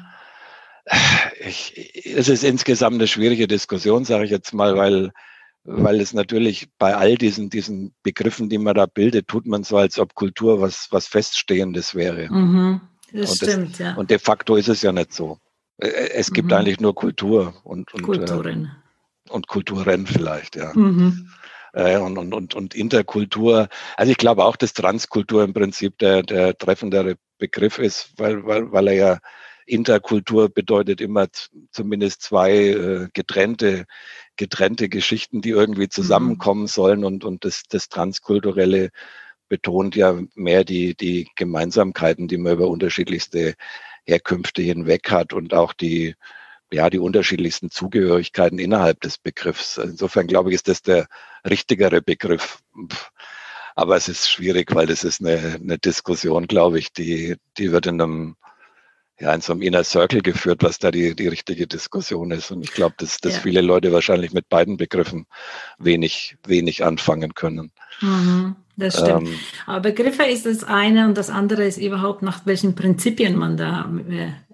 Ich, es ist insgesamt eine schwierige Diskussion, sage ich jetzt mal, weil, weil es natürlich bei all diesen, diesen Begriffen, die man da bildet, tut man so, als ob Kultur was, was Feststehendes wäre. Mhm, das und stimmt, das, ja. Und de facto ist es ja nicht so. Es gibt mhm. eigentlich nur Kultur und, und, Kulturen. Äh, und Kulturen vielleicht, ja. Mhm. Äh, und, und, und, und Interkultur. Also ich glaube auch, dass Transkultur im Prinzip der, der treffendere Begriff ist, weil, weil, weil er ja Interkultur bedeutet immer z- zumindest zwei äh, getrennte, getrennte Geschichten, die irgendwie zusammenkommen mhm. sollen. Und, und das, das Transkulturelle betont ja mehr die, die Gemeinsamkeiten, die man über unterschiedlichste Herkünfte hinweg hat und auch die, ja, die unterschiedlichsten Zugehörigkeiten innerhalb des Begriffs. Insofern glaube ich, ist das der richtigere Begriff. Aber es ist schwierig, weil das ist eine, eine Diskussion, glaube ich, die, die wird in einem ja, in so einem Inner Circle geführt, was da die, die richtige Diskussion ist. Und ich glaube, dass, dass ja. viele Leute wahrscheinlich mit beiden Begriffen wenig, wenig anfangen können. Mhm, das stimmt. Ähm, Aber Begriffe ist das eine und das andere ist überhaupt, nach welchen Prinzipien man da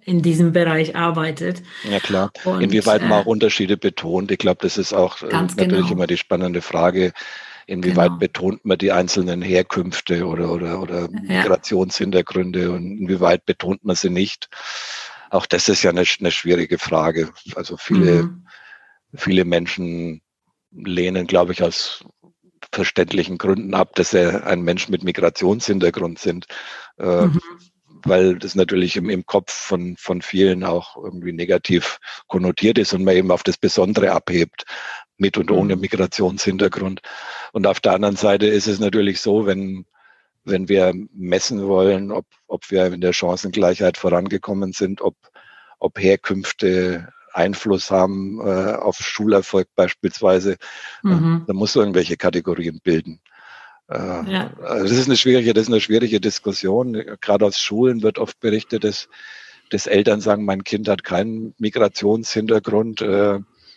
in diesem Bereich arbeitet. Ja klar. Und, inwieweit man äh, auch Unterschiede betont. Ich glaube, das ist auch äh, natürlich genau. immer die spannende Frage. Inwieweit Genau. betont man die einzelnen Herkünfte oder, oder, oder Ja. Migrationshintergründe und inwieweit betont man sie nicht? Auch das ist ja eine, eine schwierige Frage. Also viele, Mhm. viele Menschen lehnen, glaube ich, aus verständlichen Gründen ab, dass sie ein Mensch mit Migrationshintergrund sind, äh, Mhm. weil das natürlich im, im Kopf von, von vielen auch irgendwie negativ konnotiert ist und man eben auf das Besondere abhebt, mit und ohne Mhm. Migrationshintergrund. Und auf der anderen Seite ist es natürlich so, wenn, wenn wir messen wollen, ob, ob wir in der Chancengleichheit vorangekommen sind, ob, ob Herkünfte Einfluss haben äh, auf Schulerfolg beispielsweise, Mhm. äh, dann muss man irgendwelche Kategorien bilden. Äh, Ja. also das ist eine schwierige, das ist eine schwierige Diskussion. Gerade aus Schulen wird oft berichtet, dass, dass Eltern sagen, mein Kind hat keinen Migrationshintergrund. Äh,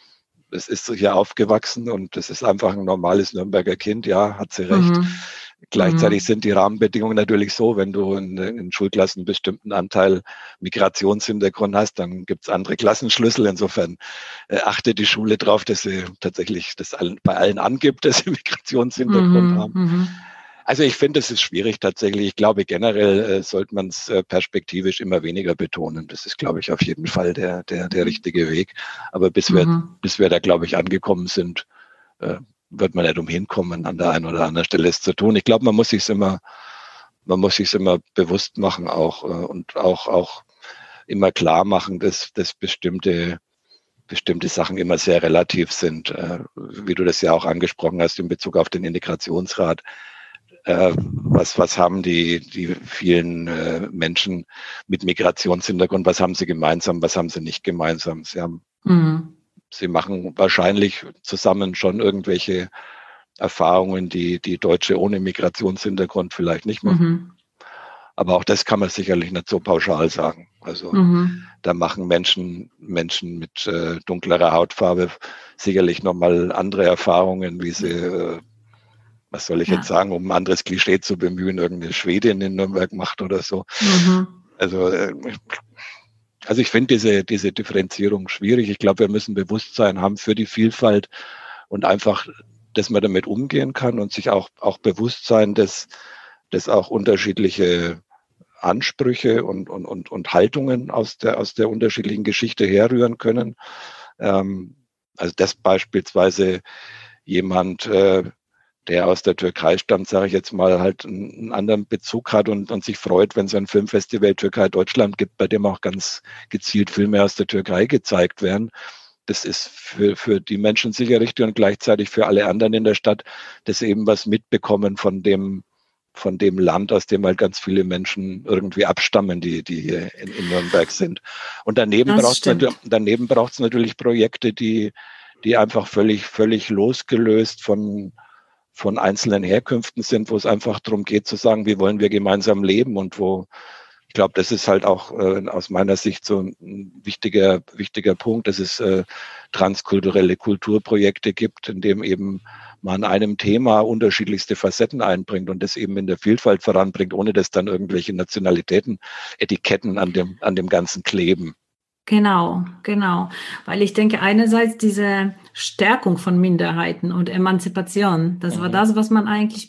es ist hier aufgewachsen und das ist einfach ein normales Nürnberger Kind. Ja, hat sie recht. Mhm. Gleichzeitig Mhm. sind die Rahmenbedingungen natürlich so, wenn du in, in Schulklassen einen bestimmten Anteil Migrationshintergrund hast, dann gibt es andere Klassenschlüssel. Insofern äh, achtet die Schule darauf, dass sie tatsächlich das allen, bei allen angibt, dass sie Migrationshintergrund Mhm. haben. Mhm. Also ich finde, es ist schwierig tatsächlich. Ich glaube, generell äh, sollte man es äh, perspektivisch immer weniger betonen. Das ist, glaube ich, auf jeden Fall der, der, der richtige Weg. Aber bis wir, Mhm. bis wir da, glaube ich, angekommen sind, äh, wird man nicht umhin kommen, an der einen oder anderen Stelle es zu tun. Ich glaube, man muss sich immer, man muss sich immer bewusst machen auch äh, und auch, auch immer klar machen, dass, dass bestimmte, bestimmte Sachen immer sehr relativ sind, äh, wie du das ja auch angesprochen hast in Bezug auf den Integrationsrat. Äh, was, was haben die, die vielen äh, Menschen mit Migrationshintergrund, was haben sie gemeinsam, was haben sie nicht gemeinsam? Sie haben, Mhm. sie machen wahrscheinlich zusammen schon irgendwelche Erfahrungen, die die Deutsche ohne Migrationshintergrund vielleicht nicht machen. Mhm. Aber auch das kann man sicherlich nicht so pauschal sagen. Also Mhm. da machen Menschen, Menschen mit äh, dunklerer Hautfarbe sicherlich nochmal andere Erfahrungen, wie sie äh, was soll ich Ja. jetzt sagen, um ein anderes Klischee zu bemühen, irgendeine Schwedin in Nürnberg macht oder so. Mhm. Also, äh, also ich finde diese, diese Differenzierung schwierig. Ich glaube, wir müssen Bewusstsein haben für die Vielfalt und einfach, dass man damit umgehen kann und sich auch, auch bewusst sein, dass, dass auch unterschiedliche Ansprüche und, und, und, und Haltungen aus der, aus der unterschiedlichen Geschichte herrühren können. Ähm, also dass beispielsweise jemand, äh, der aus der Türkei stammt, sage ich jetzt mal, halt einen, einen anderen Bezug hat und, und sich freut, wenn es ein Filmfestival Türkei-Deutschland gibt, bei dem auch ganz gezielt Filme aus der Türkei gezeigt werden. Das ist für, für die Menschen sicher richtig und gleichzeitig für alle anderen in der Stadt, dass sie eben was mitbekommen von dem, von dem Land, aus dem halt ganz viele Menschen irgendwie abstammen, die, die hier in, in Nürnberg sind. Und daneben braucht es daneben braucht's natürlich Projekte, die, die einfach völlig, völlig losgelöst von, von einzelnen Herkünften sind, wo es einfach darum geht zu sagen, wie wollen wir gemeinsam leben und wo, ich glaube, das ist halt auch äh, aus meiner Sicht so ein wichtiger, wichtiger Punkt, dass es äh, transkulturelle Kulturprojekte gibt, in dem eben man an einem Thema unterschiedlichste Facetten einbringt und das eben in der Vielfalt voranbringt, ohne dass dann irgendwelche Nationalitäten, Etiketten an dem, an dem Ganzen kleben. Genau, genau. Weil ich denke, einerseits diese Stärkung von Minderheiten und Emanzipation, das mhm. war das, was man eigentlich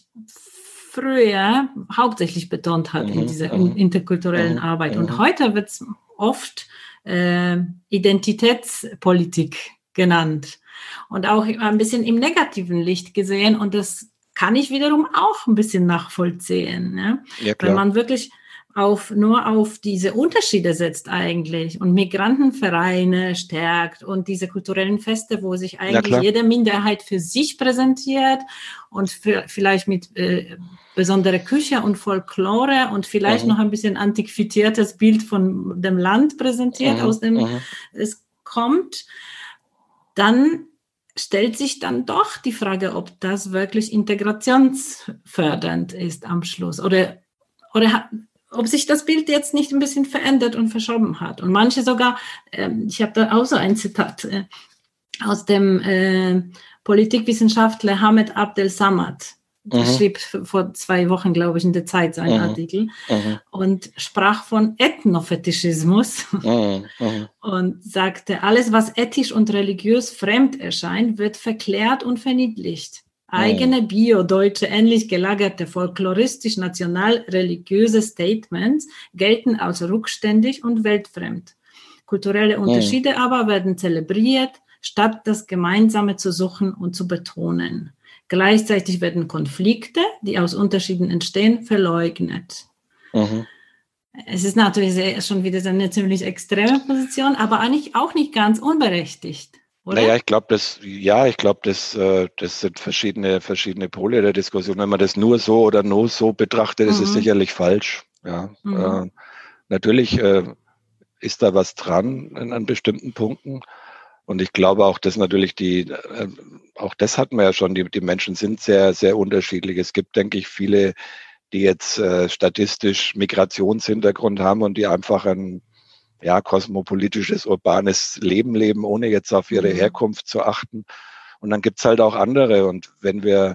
früher hauptsächlich betont hat mhm. in dieser mhm. interkulturellen mhm. Arbeit. Und mhm. heute wird es oft äh, Identitätspolitik genannt und auch ein bisschen im negativen Licht gesehen. Und das kann ich wiederum auch ein bisschen nachvollziehen. Ne? Ja, klar. Wenn man wirklich auf, nur auf diese Unterschiede setzt eigentlich und Migrantenvereine stärkt und diese kulturellen Feste, wo sich eigentlich ja, jede Minderheit für sich präsentiert und für, vielleicht mit äh, besonderer Küche und Folklore und vielleicht mhm. noch ein bisschen antiquiertes Bild von dem Land präsentiert, mhm. aus dem mhm. es kommt, dann stellt sich dann doch die Frage, ob das wirklich integrationsfördernd ist am Schluss oder, oder ob sich das Bild jetzt nicht ein bisschen verändert und verschoben hat. Und manche sogar, äh, ich habe da auch so ein Zitat äh, aus dem äh, Politikwissenschaftler Hamed Abdel Samad, mhm. schrieb vor zwei Wochen, glaube ich, in der Zeit seinen mhm. Artikel mhm. und sprach von Ethnofetischismus mhm. Mhm. und sagte, alles, was ethisch und religiös fremd erscheint, wird verklärt und verniedlicht. Eigene bio-deutsche, ähnlich gelagerte, folkloristisch-national-religiöse Statements gelten als rückständig und weltfremd. Kulturelle Unterschiede mhm. aber werden zelebriert, statt das Gemeinsame zu suchen und zu betonen. Gleichzeitig werden Konflikte, die aus Unterschieden entstehen, verleugnet. Mhm. Es ist natürlich sehr, schon wieder eine ziemlich extreme Position, aber eigentlich auch nicht ganz unberechtigt. Oder? Naja, ich glaube, das, ja, ich glaube, das, das sind verschiedene, verschiedene Pole der Diskussion. Wenn man das nur so oder nur so betrachtet, mhm. ist es sicherlich falsch. Ja, mhm. äh, natürlich äh, ist da was dran an, an bestimmten Punkten. Und ich glaube auch, dass natürlich die, äh, auch das hatten wir ja schon, die, die Menschen sind sehr, sehr unterschiedlich. Es gibt, denke ich, viele, die jetzt äh, statistisch Migrationshintergrund haben und die einfach ein ja, kosmopolitisches, urbanes Leben leben, ohne jetzt auf ihre Herkunft zu achten. Und dann gibt's halt auch andere. Und wenn wir,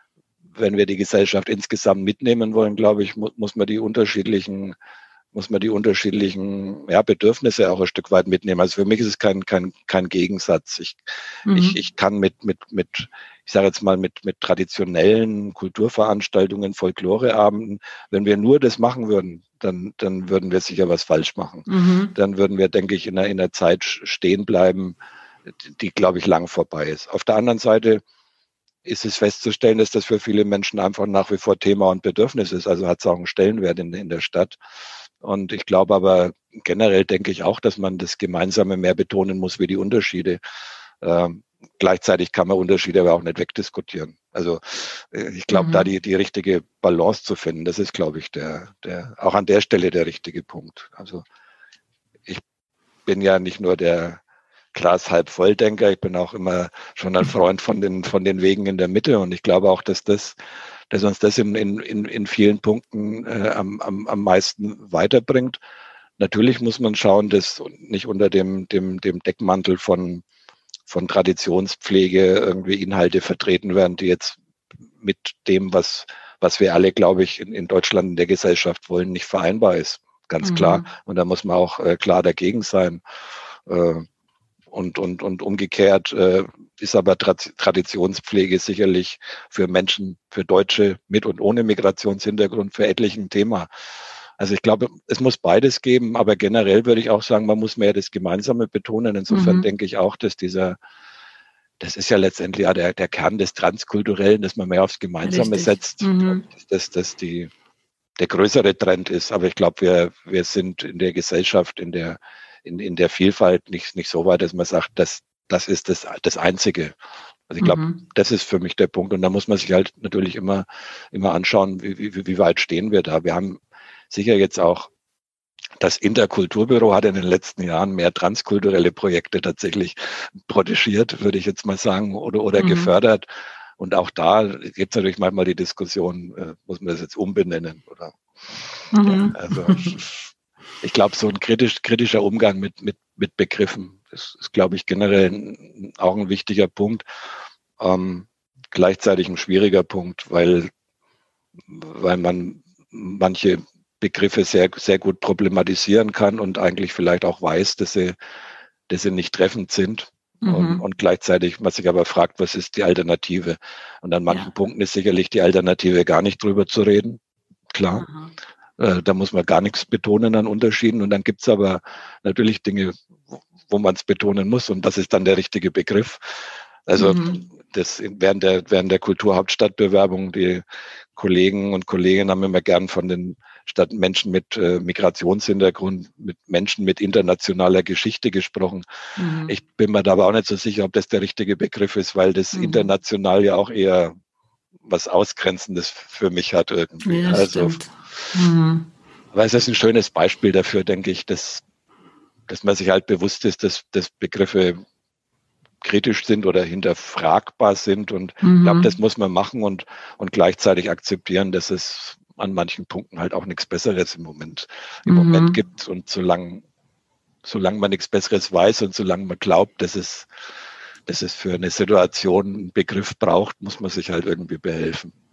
wenn wir die Gesellschaft insgesamt mitnehmen wollen, glaube ich, mu- muss man die unterschiedlichen, muss man die unterschiedlichen ja, Bedürfnisse auch ein Stück weit mitnehmen. Also für mich ist es kein, kein, kein Gegensatz. Ich, mhm. ich, ich kann mit, mit, mit, ich sage jetzt mal, mit, mit traditionellen Kulturveranstaltungen, Folkloreabenden, wenn wir nur das machen würden, dann, dann würden wir sicher was falsch machen. Mhm. Dann würden wir, denke ich, in einer, in einer Zeit stehen bleiben, die, die glaube ich, lang vorbei ist. Auf der anderen Seite ist es festzustellen, dass das für viele Menschen einfach nach wie vor Thema und Bedürfnis ist. Also hat es auch einen Stellenwert in, in der Stadt. Und ich glaube aber generell denke ich auch, dass man das Gemeinsame mehr betonen muss wie die Unterschiede. Ähm, gleichzeitig kann man Unterschiede aber auch nicht wegdiskutieren. Also äh, ich glaube, mhm. da die, die richtige Balance zu finden, das ist, glaube ich, der, der auch an der Stelle der richtige Punkt. Also ich bin ja nicht nur der Glas halb voll Denker, ich bin auch immer schon ein Freund von den, von den Wegen in der Mitte. Und ich glaube auch, dass das dass uns das in, in, in vielen Punkten äh, am, am, am meisten weiterbringt. Natürlich muss man schauen, dass nicht unter dem, dem, dem Deckmantel von, von Traditionspflege irgendwie Inhalte vertreten werden, die jetzt mit dem, was, was wir alle, glaube ich, in, in Deutschland in der Gesellschaft wollen, nicht vereinbar ist. Ganz mhm. klar. Und da muss man auch äh, klar dagegen sein. Äh, Und, und, und umgekehrt äh, ist aber Tra- Traditionspflege sicherlich für Menschen, für Deutsche mit und ohne Migrationshintergrund für etlichen Thema. Also ich glaube, es muss beides geben, aber generell würde ich auch sagen, man muss mehr das Gemeinsame betonen. Insofern mhm. denke ich auch, dass dieser, das ist ja letztendlich ja der, der Kern des Transkulturellen, dass man mehr aufs Gemeinsame Richtig. setzt, mhm. dass das die, der größere Trend ist. Aber ich glaube, wir, wir sind in der Gesellschaft, in der In, in der Vielfalt nicht, nicht so weit, dass man sagt, das, das ist das, das Einzige. Also ich glaube, mhm. das ist für mich der Punkt. Und da muss man sich halt natürlich immer, immer anschauen, wie, wie, wie weit stehen wir da. Wir haben sicher jetzt auch, das Interkulturbüro hat in den letzten Jahren mehr transkulturelle Projekte tatsächlich protegiert, würde ich jetzt mal sagen, oder, oder mhm. gefördert. Und auch da gibt es natürlich manchmal die Diskussion, äh, muss man das jetzt umbenennen? Oder, mhm. ja, also, ich glaube, so ein kritisch, kritischer Umgang mit, mit, mit Begriffen, das ist, glaube ich, generell ein, auch ein wichtiger Punkt. Ähm, gleichzeitig ein schwieriger Punkt, weil, weil man manche Begriffe sehr, sehr gut problematisieren kann und eigentlich vielleicht auch weiß, dass sie, dass sie nicht treffend sind. Mhm. Und, und gleichzeitig man sich aber fragt, was ist die Alternative? Und an manchen ja. Punkten ist sicherlich die Alternative, gar nicht drüber zu reden. Klar. Mhm. Da muss man gar nichts betonen an Unterschieden. Und dann gibt's aber natürlich Dinge, wo man es betonen muss. Und das ist dann der richtige Begriff. Also mhm. das während der, während der Kulturhauptstadtbewerbung, die Kollegen und Kolleginnen haben immer gern von den statt Menschen mit äh, Migrationshintergrund, mit Menschen mit internationaler Geschichte gesprochen. Mhm. Ich bin mir da aber auch nicht so sicher, ob das der richtige Begriff ist, weil das mhm. international ja auch eher was Ausgrenzendes für mich hat irgendwie. Ja, also, stimmt. Mhm. Aber es ist ein schönes Beispiel dafür, denke ich, dass, dass man sich halt bewusst ist, dass, dass Begriffe kritisch sind oder hinterfragbar sind. Und mhm. ich glaube, das muss man machen und, und gleichzeitig akzeptieren, dass es an manchen Punkten halt auch nichts Besseres im Moment, im mhm. Moment gibt. Und solange, solange man nichts Besseres weiß und solange man glaubt, dass es, dass es für eine Situation einen Begriff braucht, muss man sich halt irgendwie behelfen.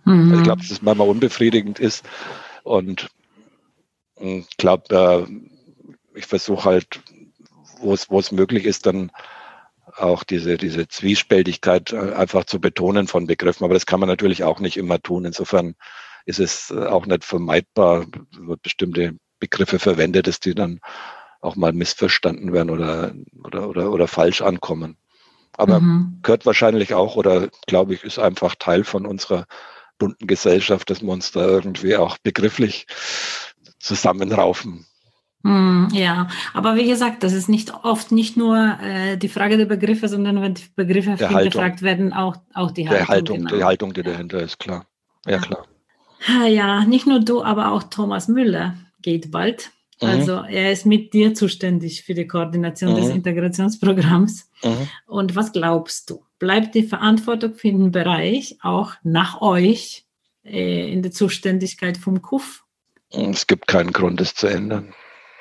Mhm. Ich glaube, dass es manchmal unbefriedigend ist und ich glaube, ich versuche halt, wo es, wo es möglich ist, dann auch diese, diese Zwiespältigkeit einfach zu betonen von Begriffen. Aber das kann man natürlich auch nicht immer tun. Insofern ist es auch nicht vermeidbar, wird bestimmte Begriffe verwendet, dass die dann auch mal missverstanden werden oder, oder, oder, oder falsch ankommen. Aber mhm. gehört wahrscheinlich auch oder glaube ich, ist einfach Teil von unserer bunten Gesellschaft, dass wir uns da irgendwie auch begrifflich zusammenraufen. Ja, aber wie gesagt, das ist nicht oft nicht nur äh, die Frage der Begriffe, sondern wenn die Begriffe gefragt werden, auch, auch die Haltung. Die Haltung, genau. die Haltung, die dahinter ist, klar. Ja, ja, klar. Ja, nicht nur du, aber auch Thomas Müller geht bald. Mhm. Also er ist mit dir zuständig für die Koordination mhm. des Integrationsprogramms. Mhm. Und was glaubst du? Bleibt die Verantwortung für den Bereich auch nach euch äh, in der Zuständigkeit vom K U F? Es gibt keinen Grund, es zu ändern.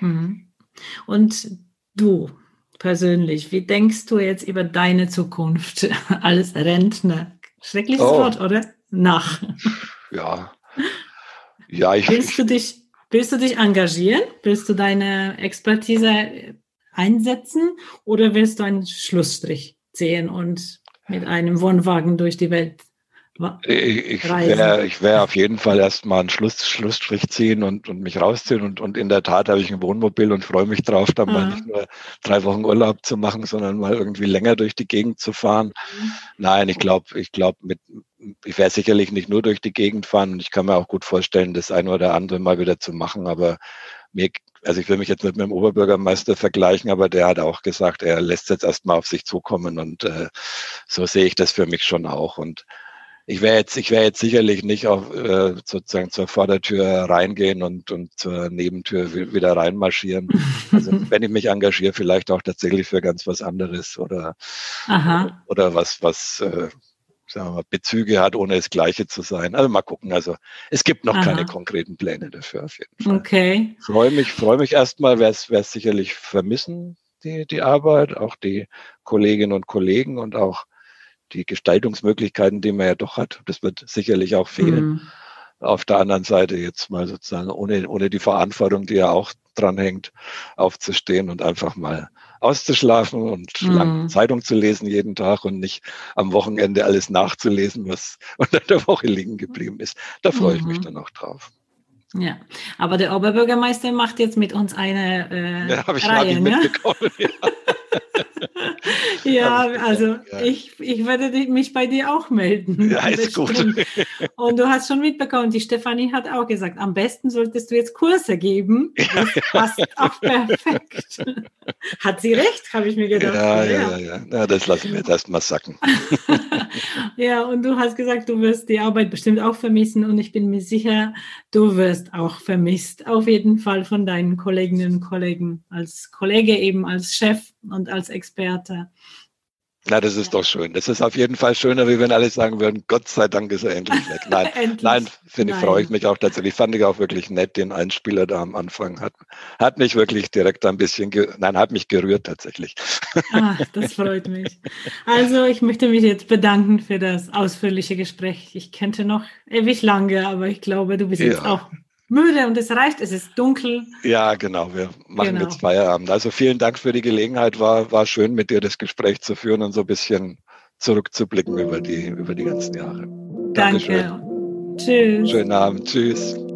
Und du persönlich, wie denkst du jetzt über deine Zukunft als Rentner? Schreckliches oh. Wort, oder? Nach. Ja. ja ich, willst, du dich, willst du dich engagieren? Willst du deine Expertise einsetzen? Oder willst du einen Schlussstrich ziehen und mit einem Wohnwagen durch die Welt Ich werde ich wär auf jeden Fall erstmal einen Schluss, Schlussstrich ziehen und, und mich rausziehen. Und, und in der Tat habe ich ein Wohnmobil und freue mich drauf, dann ah. mal nicht nur drei Wochen Urlaub zu machen, sondern mal irgendwie länger durch die Gegend zu fahren. Mhm. Nein, ich glaube, ich glaube, mit ich werde sicherlich nicht nur durch die Gegend fahren und ich kann mir auch gut vorstellen, das eine oder andere mal wieder zu machen. Aber mir, also ich will mich jetzt nicht mit dem Oberbürgermeister vergleichen, aber der hat auch gesagt, er lässt jetzt erstmal auf sich zukommen und äh, so sehe ich das für mich schon auch. Und Ich wäre jetzt, ich wäre jetzt sicherlich nicht auf, äh, sozusagen zur Vordertür reingehen und, und zur Nebentür wieder reinmarschieren. Also wenn ich mich engagiere, vielleicht auch tatsächlich für ganz was anderes oder, Aha. oder was, was äh, sagen wir mal, Bezüge hat, ohne das Gleiche zu sein. Also mal gucken. Also es gibt noch Aha. keine konkreten Pläne dafür auf jeden Fall. Okay. Freue mich, freue mich erstmal, wer es sicherlich vermissen, die, die Arbeit, auch die Kolleginnen und Kollegen und auch die Gestaltungsmöglichkeiten, die man ja doch hat. Das wird sicherlich auch fehlen. Mhm. Auf der anderen Seite jetzt mal sozusagen ohne, ohne die Verantwortung, die ja auch dranhängt, aufzustehen und einfach mal auszuschlafen und mhm. lang Zeitung zu lesen jeden Tag und nicht am Wochenende alles nachzulesen, was unter der Woche liegen geblieben ist. Da freue mhm. ich mich dann auch drauf. Ja, aber der Oberbürgermeister macht jetzt mit uns eine äh, ja, habe ich, Reihe, hab ich ne? mitbekommen. Ja. Ja, also ja. ich, ich werde mich bei dir auch melden. Ja, ist gut. Und du hast schon mitbekommen, die Stefanie hat auch gesagt, am besten solltest du jetzt Kurse geben. Das passt auch perfekt. Hat sie recht, habe ich mir gedacht. Ja, ja, ja, ja. ja das lassen wir jetzt erstmal sacken. Ja, und du hast gesagt, du wirst die Arbeit bestimmt auch vermissen und ich bin mir sicher, du wirst auch vermisst. Auf jeden Fall von deinen Kolleginnen und Kollegen. Als Kollege eben, als Chef und als Experte. Na, das ist ja. doch schön. Das ist auf jeden Fall schöner, wie wenn alle sagen würden, Gott sei Dank ist er endlich weg. Nein, endlich. nein, finde ich, freue ich mich auch tatsächlich. Fand ich auch wirklich nett, den Einspieler da am Anfang. Hat, hat mich wirklich direkt ein bisschen, ge- nein, hat mich gerührt tatsächlich. Ach, das freut mich. Also, ich möchte mich jetzt bedanken für das ausführliche Gespräch. Ich könnte noch ewig lange, aber ich glaube, du bist ja. jetzt auch müde und es reicht, es ist dunkel. Ja, genau, wir machen Genau. jetzt Feierabend. Also vielen Dank für die Gelegenheit, war, war schön mit dir das Gespräch zu führen und so ein bisschen zurückzublicken über die, über die ganzen Jahre. Danke. Dankeschön. Tschüss. Schönen Abend, tschüss.